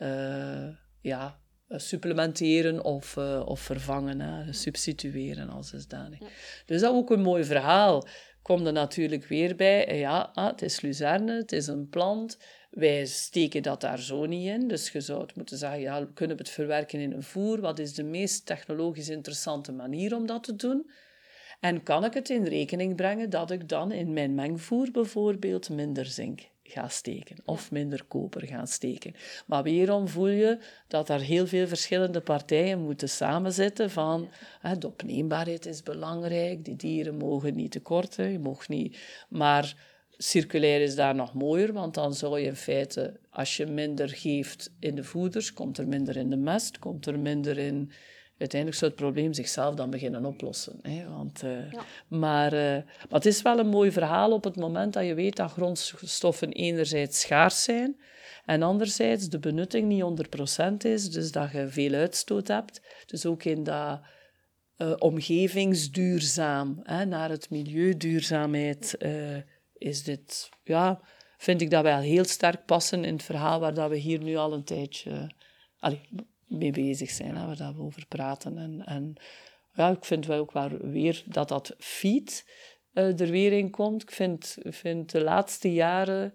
Speaker 3: uh, ja, supplementeren of, uh, of vervangen, hè, substitueren als zodanig. Ja. Dus dat is ook een mooi verhaal. Komt er natuurlijk weer bij, ja, ah, het is luzerne, het is een plant, wij steken dat daar zo niet in. Dus je zou het moeten zeggen, ja, kunnen we het verwerken in een voer? Wat is de meest technologisch interessante manier om dat te doen? En kan ik het in rekening brengen dat ik dan in mijn mengvoer bijvoorbeeld minder zink ga steken of minder koper ga steken. Maar weerom voel je dat er heel veel verschillende partijen moeten samenzitten van hè, de opneembaarheid is belangrijk, die dieren mogen niet tekort, hè, je mag niet... Maar circulair is daar nog mooier, want dan zou je in feite, als je minder geeft in de voeders, komt er minder in de mest, komt er minder in... Uiteindelijk zou het probleem zichzelf dan beginnen oplossen. Hè? Want, uh, ja. maar, uh, maar het is wel een mooi verhaal op het moment dat je weet dat grondstoffen enerzijds schaars zijn en anderzijds de benutting niet honderd procent is, dus dat je veel uitstoot hebt. Dus ook in dat uh, omgevingsduurzaam, hè, naar het milieuduurzaamheid, uh, is dit, ja, vind ik dat wel heel sterk passen in het verhaal waar dat we hier nu al een tijdje... Uh, allee, mee bezig zijn, hè, waar dat we over praten. En, en ja, ik vind wel ook wel weer dat dat feed uh, er weer in komt. Ik vind, vind de laatste jaren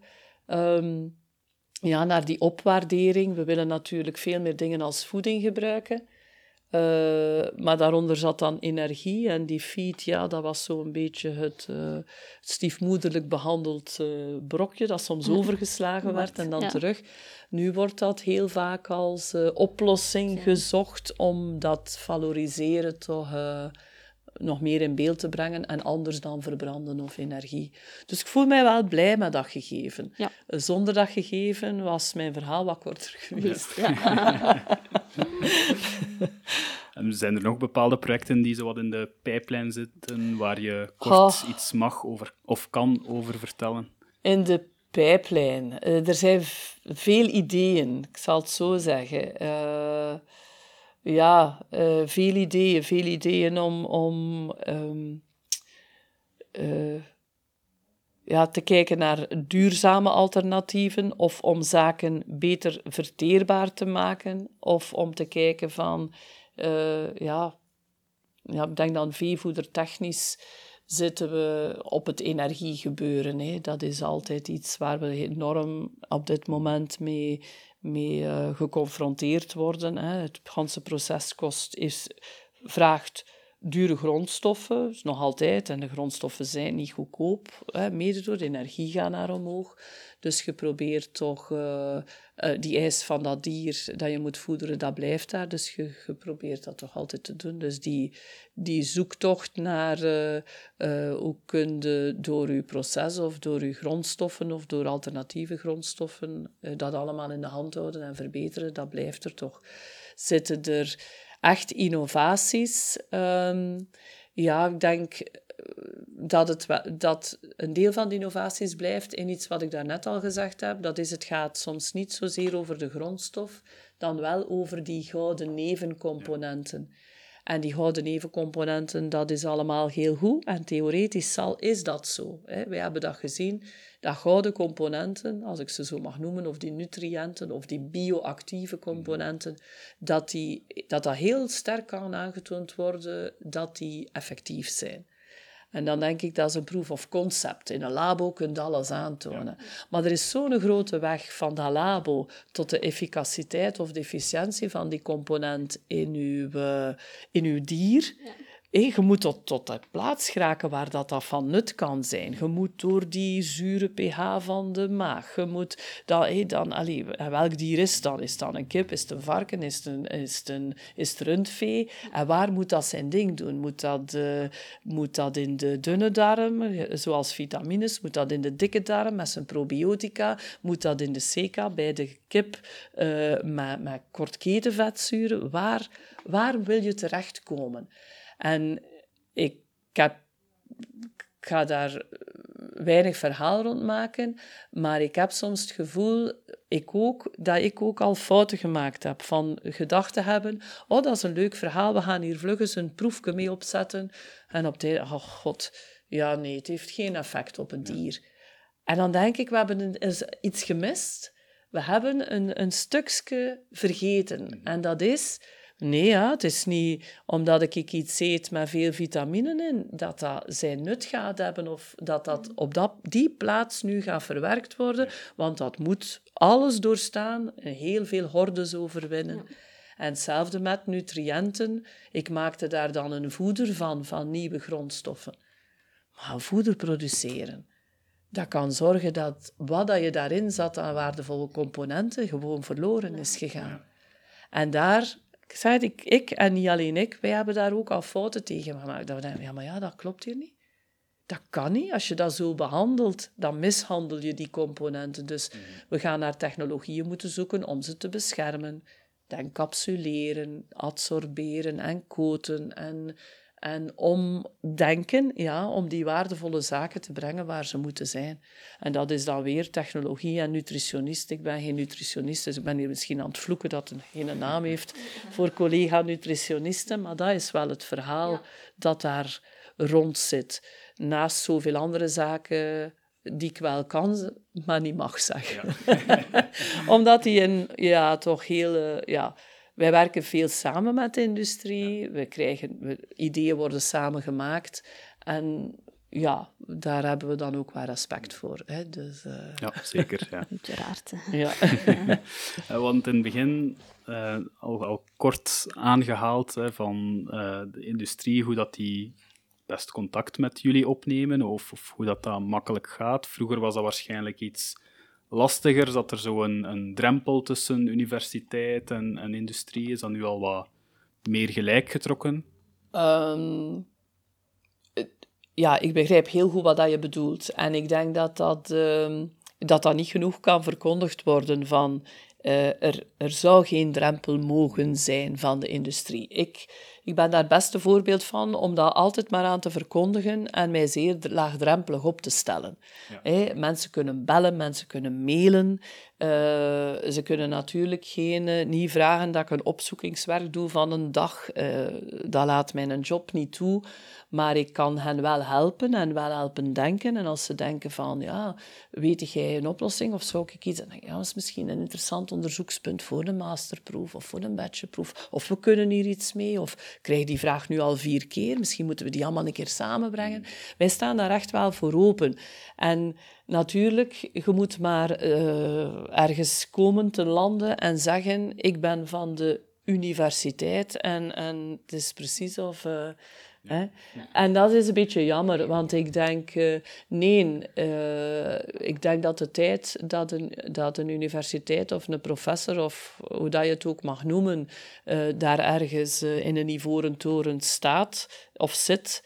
Speaker 3: um, ja, naar die opwaardering. We willen natuurlijk veel meer dingen als voeding gebruiken. Uh, maar daaronder zat dan energie. En die feed, ja, dat was zo'n beetje het, uh, het stiefmoederlijk behandeld uh, brokje dat soms overgeslagen werd en dan ja. terug. Nu wordt dat heel vaak als uh, oplossing ja. gezocht om dat valoriseren toch uh, nog meer in beeld te brengen en anders dan verbranden of energie. Dus ik voel mij wel blij met dat gegeven. Ja. Zonder dat gegeven was mijn verhaal wat korter geweest. Ja. Ja.
Speaker 2: En zijn er nog bepaalde projecten die zo wat in de pijplijn zitten, waar je kort oh. iets mag over, of kan over vertellen?
Speaker 3: In de pijplijn. Uh, er zijn v- veel ideeën, ik zal het zo zeggen. Uh, ja, uh, veel ideeën. Veel ideeën om, om um, uh, ja, te kijken naar duurzame alternatieven of om zaken beter verteerbaar te maken of om te kijken van... Uh, ja, ja, ik denk dan veevoedertechnisch zitten we op het energiegebeuren. Hè. Dat is altijd iets waar we enorm op dit moment mee, mee uh, geconfronteerd worden. Hè. Het hele proces kost, is, vraagt dure grondstoffen, is nog altijd, en de grondstoffen zijn niet goedkoop, hè, mede door de energie gaat naar omhoog. Dus je probeert toch, uh, uh, die eis van dat dier dat je moet voederen, dat blijft daar. Dus je, je probeert dat toch altijd te doen. Dus die, die zoektocht naar uh, uh, hoe kun je door je proces of door je grondstoffen of door alternatieve grondstoffen uh, dat allemaal in de hand houden en verbeteren, dat blijft er toch. Zitten er echt innovaties? Um, ja, ik denk dat, het, dat een deel van de innovaties blijft in iets wat ik daarnet al gezegd heb. Dat is, het gaat soms niet zozeer over de grondstof, dan wel over die gouden nevencomponenten. En die gouden nevencomponenten, dat is allemaal heel goed. En theoretisch zal, is dat zo. Hè. Wij hebben dat gezien, dat gouden componenten, als ik ze zo mag noemen, of die nutriënten, of die bioactieve componenten, dat, die, dat dat heel sterk kan aangetoond worden dat die effectief zijn. En dan denk ik, dat is een proof of concept. In een labo kun je alles aantonen. Ja. Maar er is zo'n grote weg van dat labo tot de efficaciteit of de efficiëntie van die component in uw, uh, in uw dier. Ja. Hey, je moet tot, tot de plaats geraken waar dat, dat van nut kan zijn. Je moet door die zure pH van de maag. Je moet dat, hey, dan, allee, welk dier is het dan? Is het dan een kip? Is het een varken? Is het, een, is het, een, is het rundvee? En waar moet dat zijn ding doen? Moet dat, uh, moet dat in de dunne darm, zoals vitamines? Moet dat in de dikke darm met zijn probiotica? Moet dat in de ceca bij de kip uh, met, met kortketenvetzuren? Waar, waar wil je terechtkomen? En ik, heb, ik ga daar weinig verhaal rond maken, maar ik heb soms het gevoel ik ook, dat ik ook al fouten gemaakt heb. Van gedacht te hebben, oh, dat is een leuk verhaal, we gaan hier vlug eens een proefje mee opzetten. En op de, oh god, ja nee, het heeft geen effect op een dier. En dan denk ik, we hebben een, iets gemist. We hebben een, een stukje vergeten. En dat is... Nee, ja, het is niet omdat ik iets eet met veel vitamine in, dat dat zijn nut gaat hebben of dat dat op dat, die plaats nu gaat verwerkt worden, want dat moet alles doorstaan, heel veel hordes overwinnen. Ja. En hetzelfde met nutriënten. Ik maakte daar dan een voeder van, van nieuwe grondstoffen. Maar voeder produceren, dat kan zorgen dat wat je daarin zat aan waardevolle componenten gewoon verloren is gegaan. En daar... Ik zei, ik, ik en niet alleen ik, wij hebben daar ook al fouten tegen gemaakt. Dat we denken, ja, maar ja, dat klopt hier niet. Dat kan niet. Als je dat zo behandelt, dan mishandel je die componenten. Dus mm. we gaan naar technologieën moeten zoeken om ze te beschermen. Encapsuleren, adsorberen en coaten en, en omdenken, ja, om die waardevolle zaken te brengen waar ze moeten zijn. En dat is dan weer technologie en nutritionist. Ik ben geen nutritionist, dus ik ben hier misschien aan het vloeken dat het geen naam heeft voor collega-nutritionisten, maar dat is wel het verhaal ja. dat daar rond zit. Naast zoveel andere zaken die ik wel kan, maar niet mag zeggen. Ja. Omdat die in, ja, toch heel... Ja, wij werken veel samen met de industrie. Ja. We krijgen, we, ideeën worden samen gemaakt. En ja, daar hebben we dan ook wel respect voor. Hè. Dus, uh...
Speaker 2: Ja, zeker. Ja.
Speaker 4: Uiteraard.
Speaker 3: Ja.
Speaker 2: Ja. Want in het begin, uh, al, al kort aangehaald hè, van uh, de industrie, hoe dat die best contact met jullie opnemen, of, of hoe dat, dat makkelijk gaat. Vroeger was dat waarschijnlijk iets... lastiger, zat er zo een, een drempel tussen universiteit en, en industrie. Is dat nu al wat meer gelijk getrokken?
Speaker 3: Um, ja, ik begrijp heel goed wat dat je bedoelt. En ik denk dat dat, um, dat, dat niet genoeg kan verkondigd worden van... Uh, er, er zou geen drempel mogen zijn van de industrie. Ik, ik ben daar het beste voorbeeld van om dat altijd maar aan te verkondigen en mij zeer laagdrempelig op te stellen. Ja. Hey, mensen kunnen bellen, mensen kunnen mailen. Uh, ze kunnen natuurlijk geen, uh, niet vragen dat ik een opzoekingswerk doe van een dag. Uh, dat laat mijn job niet toe. Maar ik kan hen wel helpen en wel helpen denken. En als ze denken van, ja, weet jij een oplossing of zou ik iets... Dan denk ik, ja, dat is misschien een interessant onderzoekspunt voor een masterproef of voor een bachelorproef. Of we kunnen hier iets mee. Of krijg je die vraag nu al vier keer. Misschien moeten we die allemaal een keer samenbrengen. Wij staan daar echt wel voor open. En natuurlijk, je moet maar uh, ergens komen te landen en zeggen, ik ben van de universiteit en, en het is precies of... Uh, hè? Ja. En dat is een beetje jammer, want ik denk... Uh, nee, uh, ik denk dat de tijd dat een, dat een universiteit of een professor, of hoe dat je het ook mag noemen, uh, daar ergens uh, in een ivoren toren staat of zit,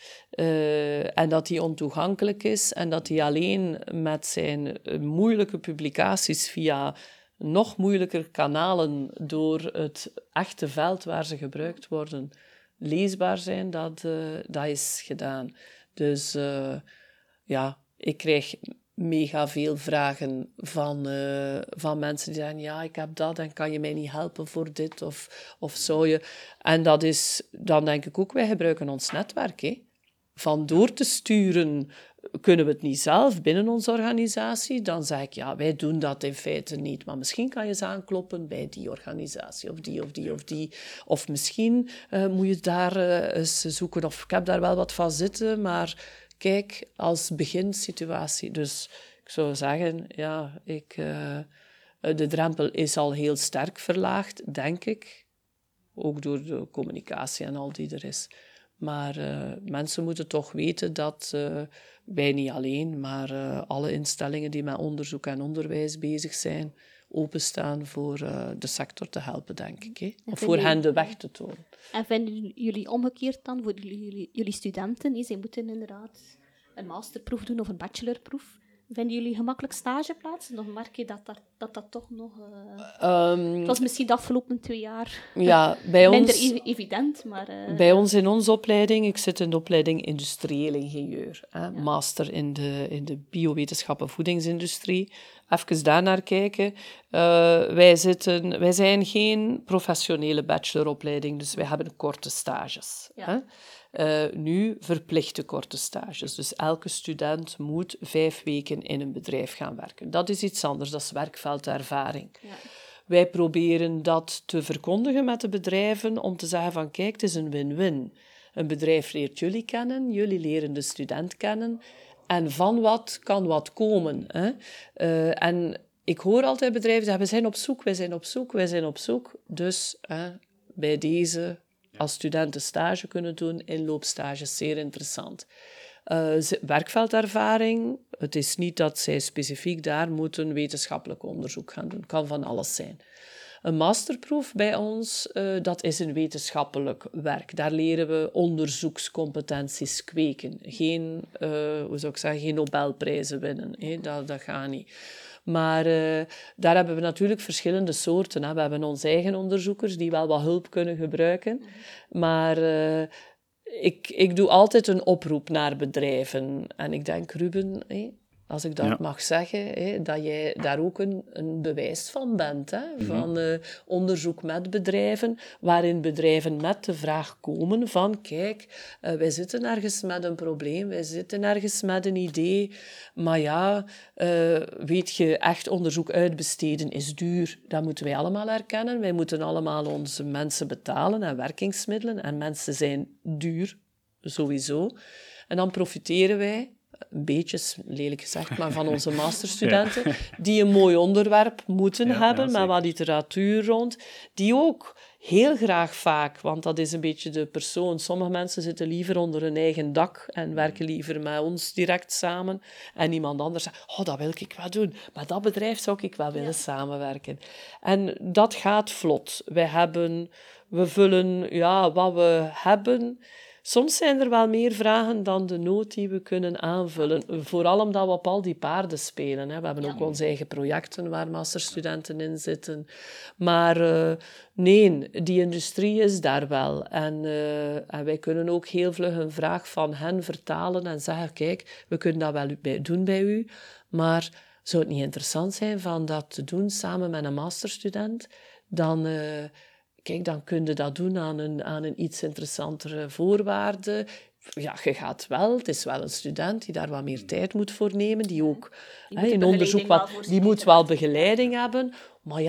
Speaker 3: uh, en dat die ontoegankelijk is en dat hij alleen met zijn uh, moeilijke publicaties via... nog moeilijker kanalen door het echte veld waar ze gebruikt worden leesbaar zijn, dat, uh, dat is gedaan. Dus uh, ja, ik krijg mega veel vragen van, uh, van mensen die zeggen, ja, ik heb dat en kan je mij niet helpen voor dit of, of zou je... En dat is, dan denk ik ook, wij gebruiken ons netwerk, hè. Van door te sturen... Kunnen we het niet zelf binnen onze organisatie? Dan zeg ik, ja, wij doen dat in feite niet. Maar misschien kan je eens aankloppen bij die organisatie, of die, of die, of die. Of misschien uh, moet je daar uh, eens zoeken, of ik heb daar wel wat van zitten, maar kijk, als beginsituatie. Dus ik zou zeggen, ja, ik, uh, de drempel is al heel sterk verlaagd, denk ik. Ook door de communicatie en al die er is. Maar uh, mensen moeten toch weten dat uh, wij niet alleen, maar uh, alle instellingen die met onderzoek en onderwijs bezig zijn, openstaan voor uh, de sector te helpen, denk ik. Hè? Of voor hen de weg te tonen.
Speaker 4: En vinden jullie omgekeerd dan, voor jullie, jullie studenten, hè? Zij moeten inderdaad een masterproef doen of een bachelorproef. Vinden jullie gemakkelijk stageplaatsen? Of merk je dat dat, dat, dat toch nog... Uh... Um, het was misschien de afgelopen twee jaar
Speaker 3: ja, bij
Speaker 4: minder
Speaker 3: ons,
Speaker 4: ev- evident, maar... Uh...
Speaker 3: Bij ons in onze opleiding, ik zit in de opleiding industrieel ingenieur. Hè, ja. Master in de, in de biowetenschappen voedingsindustrie. Even daarnaar kijken. Uh, wij, zitten, wij zijn geen professionele bacheloropleiding, dus wij hebben korte stages. Ja. Hè? Uh, nu verplichte korte stages. Dus elke student moet vijf weken in een bedrijf gaan werken. Dat is iets anders, dat is werkveldervaring. Ja. Wij proberen dat te verkondigen met de bedrijven om te zeggen van kijk, het is een win-win. Een bedrijf leert jullie kennen, jullie leren de student kennen en van wat kan wat komen. Hè? Uh, en ik hoor altijd bedrijven zeggen, we zijn op zoek, wij zijn op zoek, wij zijn op zoek. Dus uh, bij deze... als studenten stage kunnen doen, inloopstages, zeer interessant. Uh, werkveldervaring, het is niet dat zij specifiek daar moeten wetenschappelijk onderzoek gaan doen. Kan van alles zijn. Een masterproef bij ons, uh, dat is een wetenschappelijk werk. Daar leren we onderzoekscompetenties kweken. Geen, uh, hoe zou ik zeggen, geen Nobelprijzen winnen. Hè? Dat, dat gaat niet. Maar uh, daar hebben we natuurlijk verschillende soorten. Hè. We hebben onze eigen onderzoekers die wel wat hulp kunnen gebruiken. Maar uh, ik, ik doe altijd een oproep naar bedrijven. En ik denk, Ruben, hé, als ik dat ja. mag zeggen, hé, dat jij daar ook een, een bewijs van bent. Hè? Mm-hmm. Van uh, onderzoek met bedrijven, waarin bedrijven met de vraag komen van, kijk, uh, wij zitten ergens met een probleem, wij zitten ergens met een idee, maar ja, uh, weet je, echt onderzoek uitbesteden is duur. Dat moeten wij allemaal erkennen. Wij moeten allemaal onze mensen betalen en werkingsmiddelen, en mensen zijn duur, sowieso. En dan profiteren wij, een beetje lelijk gezegd, maar van onze masterstudenten, ja. die een mooi onderwerp moeten ja, hebben, ja, met wat literatuur rond, die ook heel graag vaak, want dat is een beetje de persoon, sommige mensen zitten liever onder hun eigen dak en werken liever met ons direct samen, en iemand anders zegt, oh, dat wil ik wel doen, met dat bedrijf zou ik wel willen ja. samenwerken. En dat gaat vlot. Wij hebben, we vullen ja, wat we hebben. Soms zijn er wel meer vragen dan de nood die we kunnen aanvullen. Vooral omdat we op al die paarden spelen. Hè. We hebben ja. ook onze eigen projecten waar masterstudenten in zitten. Maar uh, nee, die industrie is daar wel. En, uh, en wij kunnen ook heel vlug een vraag van hen vertalen en zeggen, kijk, we kunnen dat wel bij, doen bij u, maar zou het niet interessant zijn van dat te doen samen met een masterstudent? Dan... Uh, Kijk, dan kun je dat doen aan een, aan een iets interessantere voorwaarde. Ja, je gaat wel. Het is wel een student die daar wat meer tijd moet voor nemen. Die ook
Speaker 4: die
Speaker 3: hè, in onderzoek wat, die moet wel begeleiding hebben. Maar ja,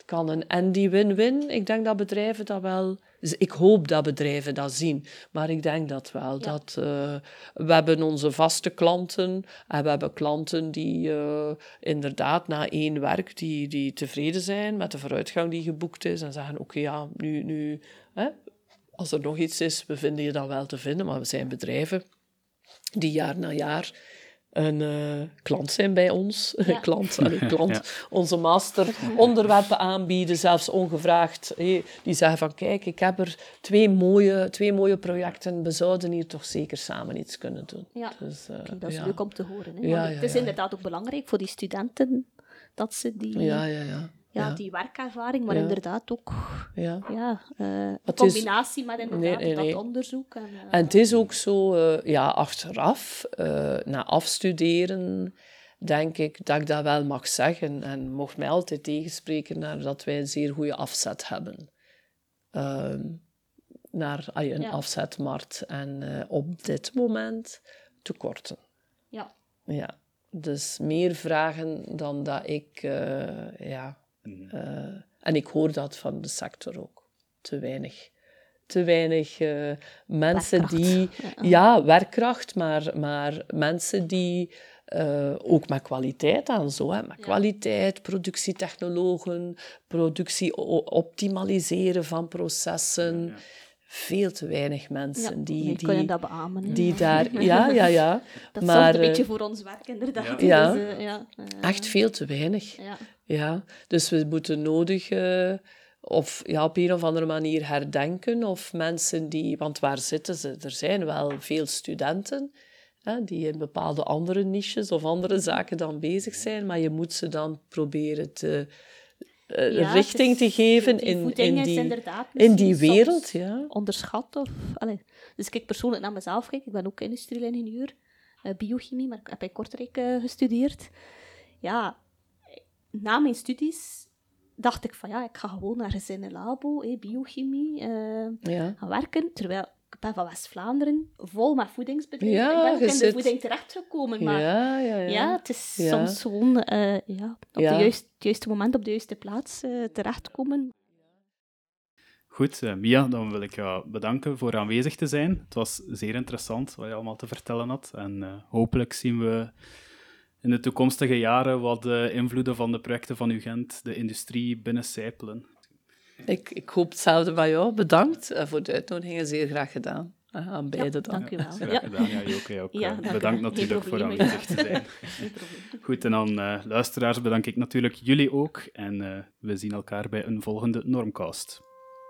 Speaker 3: kan. En die win-win, ik denk dat bedrijven dat wel... Ik hoop dat bedrijven dat zien, maar ik denk dat wel. Ja. Dat, uh, we hebben onze vaste klanten en we hebben klanten die uh, inderdaad na één werk die, die tevreden zijn met de vooruitgang die geboekt is en zeggen, oké, okay, ja, nu... nu hè, als er nog iets is, we vinden je dat wel te vinden, maar we zijn bedrijven die jaar na jaar een uh, klant zijn bij ons. Ja. klant, allee, klant. Ja. Onze master onderwerpen aanbieden, zelfs ongevraagd. Hey, die zeggen van, kijk, ik heb er twee mooie, twee mooie projecten, we zouden hier toch zeker samen iets kunnen doen.
Speaker 4: Ja,
Speaker 3: dus, uh,
Speaker 4: dat is
Speaker 3: ja.
Speaker 4: leuk om te horen. Hè?
Speaker 3: Ja,
Speaker 4: het
Speaker 3: ja,
Speaker 4: is
Speaker 3: ja.
Speaker 4: inderdaad ook belangrijk voor die studenten dat ze die...
Speaker 3: Ja, ja, ja.
Speaker 4: Ja,
Speaker 3: Ja.
Speaker 4: die werkervaring, maar
Speaker 3: Ja.
Speaker 4: inderdaad ook
Speaker 3: ja.
Speaker 4: Ja, uh, in
Speaker 3: is...
Speaker 4: combinatie met inderdaad
Speaker 3: nee, nee, nee.
Speaker 4: dat onderzoek. En, uh...
Speaker 3: en het is ook zo, uh, ja, achteraf, uh, na afstuderen, denk ik dat ik dat wel mag zeggen. En mocht mij altijd tegenspreken naar dat wij een zeer goede afzet hebben. Uh, naar uh, een ja. afzetmarkt. En uh, op dit moment tekorten.
Speaker 4: Ja.
Speaker 3: Ja. Dus meer vragen dan dat ik... Uh, ja, uh, en ik hoor dat van de sector ook. Te weinig. Te weinig uh, mensen
Speaker 4: werkkracht.
Speaker 3: die... Ja, ja werkkracht, maar, maar mensen die... Uh, ook met kwaliteit aan zo. Hè. Met ja. kwaliteit, productietechnologen, productie optimaliseren van processen... Ja, ja. Veel te weinig mensen
Speaker 4: ja,
Speaker 3: die,
Speaker 4: die,
Speaker 3: die,
Speaker 4: dat beamen,
Speaker 3: die daar... Ja, ja, ja.
Speaker 4: Dat
Speaker 3: maar,
Speaker 4: zorgt een beetje voor ons werk, inderdaad.
Speaker 3: Ja,
Speaker 4: dus, uh, ja. Uh,
Speaker 3: echt veel te weinig.
Speaker 4: Ja.
Speaker 3: Ja. Dus we moeten nodig... Uh, of ja, op een of andere manier herdenken. Of mensen die... Want waar zitten ze? Er zijn wel veel studenten... Hè, die in bepaalde andere niches of andere zaken dan bezig zijn. Maar je moet ze dan proberen te... Uh, ja, richting te geven
Speaker 4: die
Speaker 3: in, in, die,
Speaker 4: in
Speaker 3: die wereld. Ja.
Speaker 4: Onderschat. Of, allez. Dus kijk persoonlijk naar mezelf. Kijk, ik ben ook industrieel ingenieur. Uh, biochemie, maar ik heb in Kortrijk uh, gestudeerd. Ja, na mijn studies dacht ik van ja, ik ga gewoon ergens in een labo, eh, biochemie, uh, ja. gaan werken. Terwijl ik ben van West-Vlaanderen, vol met voedingsbedrijven. Ja, ik ben ook in zit... de voeding terechtgekomen. Maar
Speaker 3: ja, ja, ja.
Speaker 4: ja, het is
Speaker 3: ja.
Speaker 4: soms gewoon uh, ja, op ja. de juist, het juiste moment op de juiste plaats uh, terechtkomen.
Speaker 2: Goed, uh, Mia, dan wil ik jou bedanken voor aanwezig te zijn. Het was zeer interessant wat je allemaal te vertellen had. En uh, hopelijk zien we in de toekomstige jaren wat de invloeden van de projecten van U Gent de industrie binnencijpelen.
Speaker 3: Ik, ik hoop hetzelfde van jou. Bedankt uh, voor de uitnodiging. Zeer graag gedaan. Uh, aan beide
Speaker 4: ja,
Speaker 3: dan.
Speaker 4: dank u wel.
Speaker 2: Graag
Speaker 4: ja.
Speaker 2: gedaan. Ja, ook, ook,
Speaker 4: ja,
Speaker 2: uh, bedankt natuurlijk voor aanwezig te zijn. Goed, en dan uh, luisteraars bedank ik natuurlijk jullie ook. En uh, we zien elkaar bij een volgende Normcast.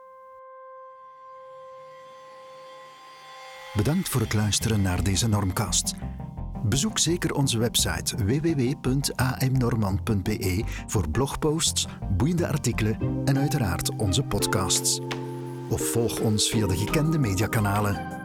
Speaker 1: Bedankt voor het luisteren naar deze Normcast. Bezoek zeker onze website w w w punt a m normand punt b e voor blogposts, boeiende artikelen en uiteraard onze podcasts. Of volg ons via de gekende mediakanalen.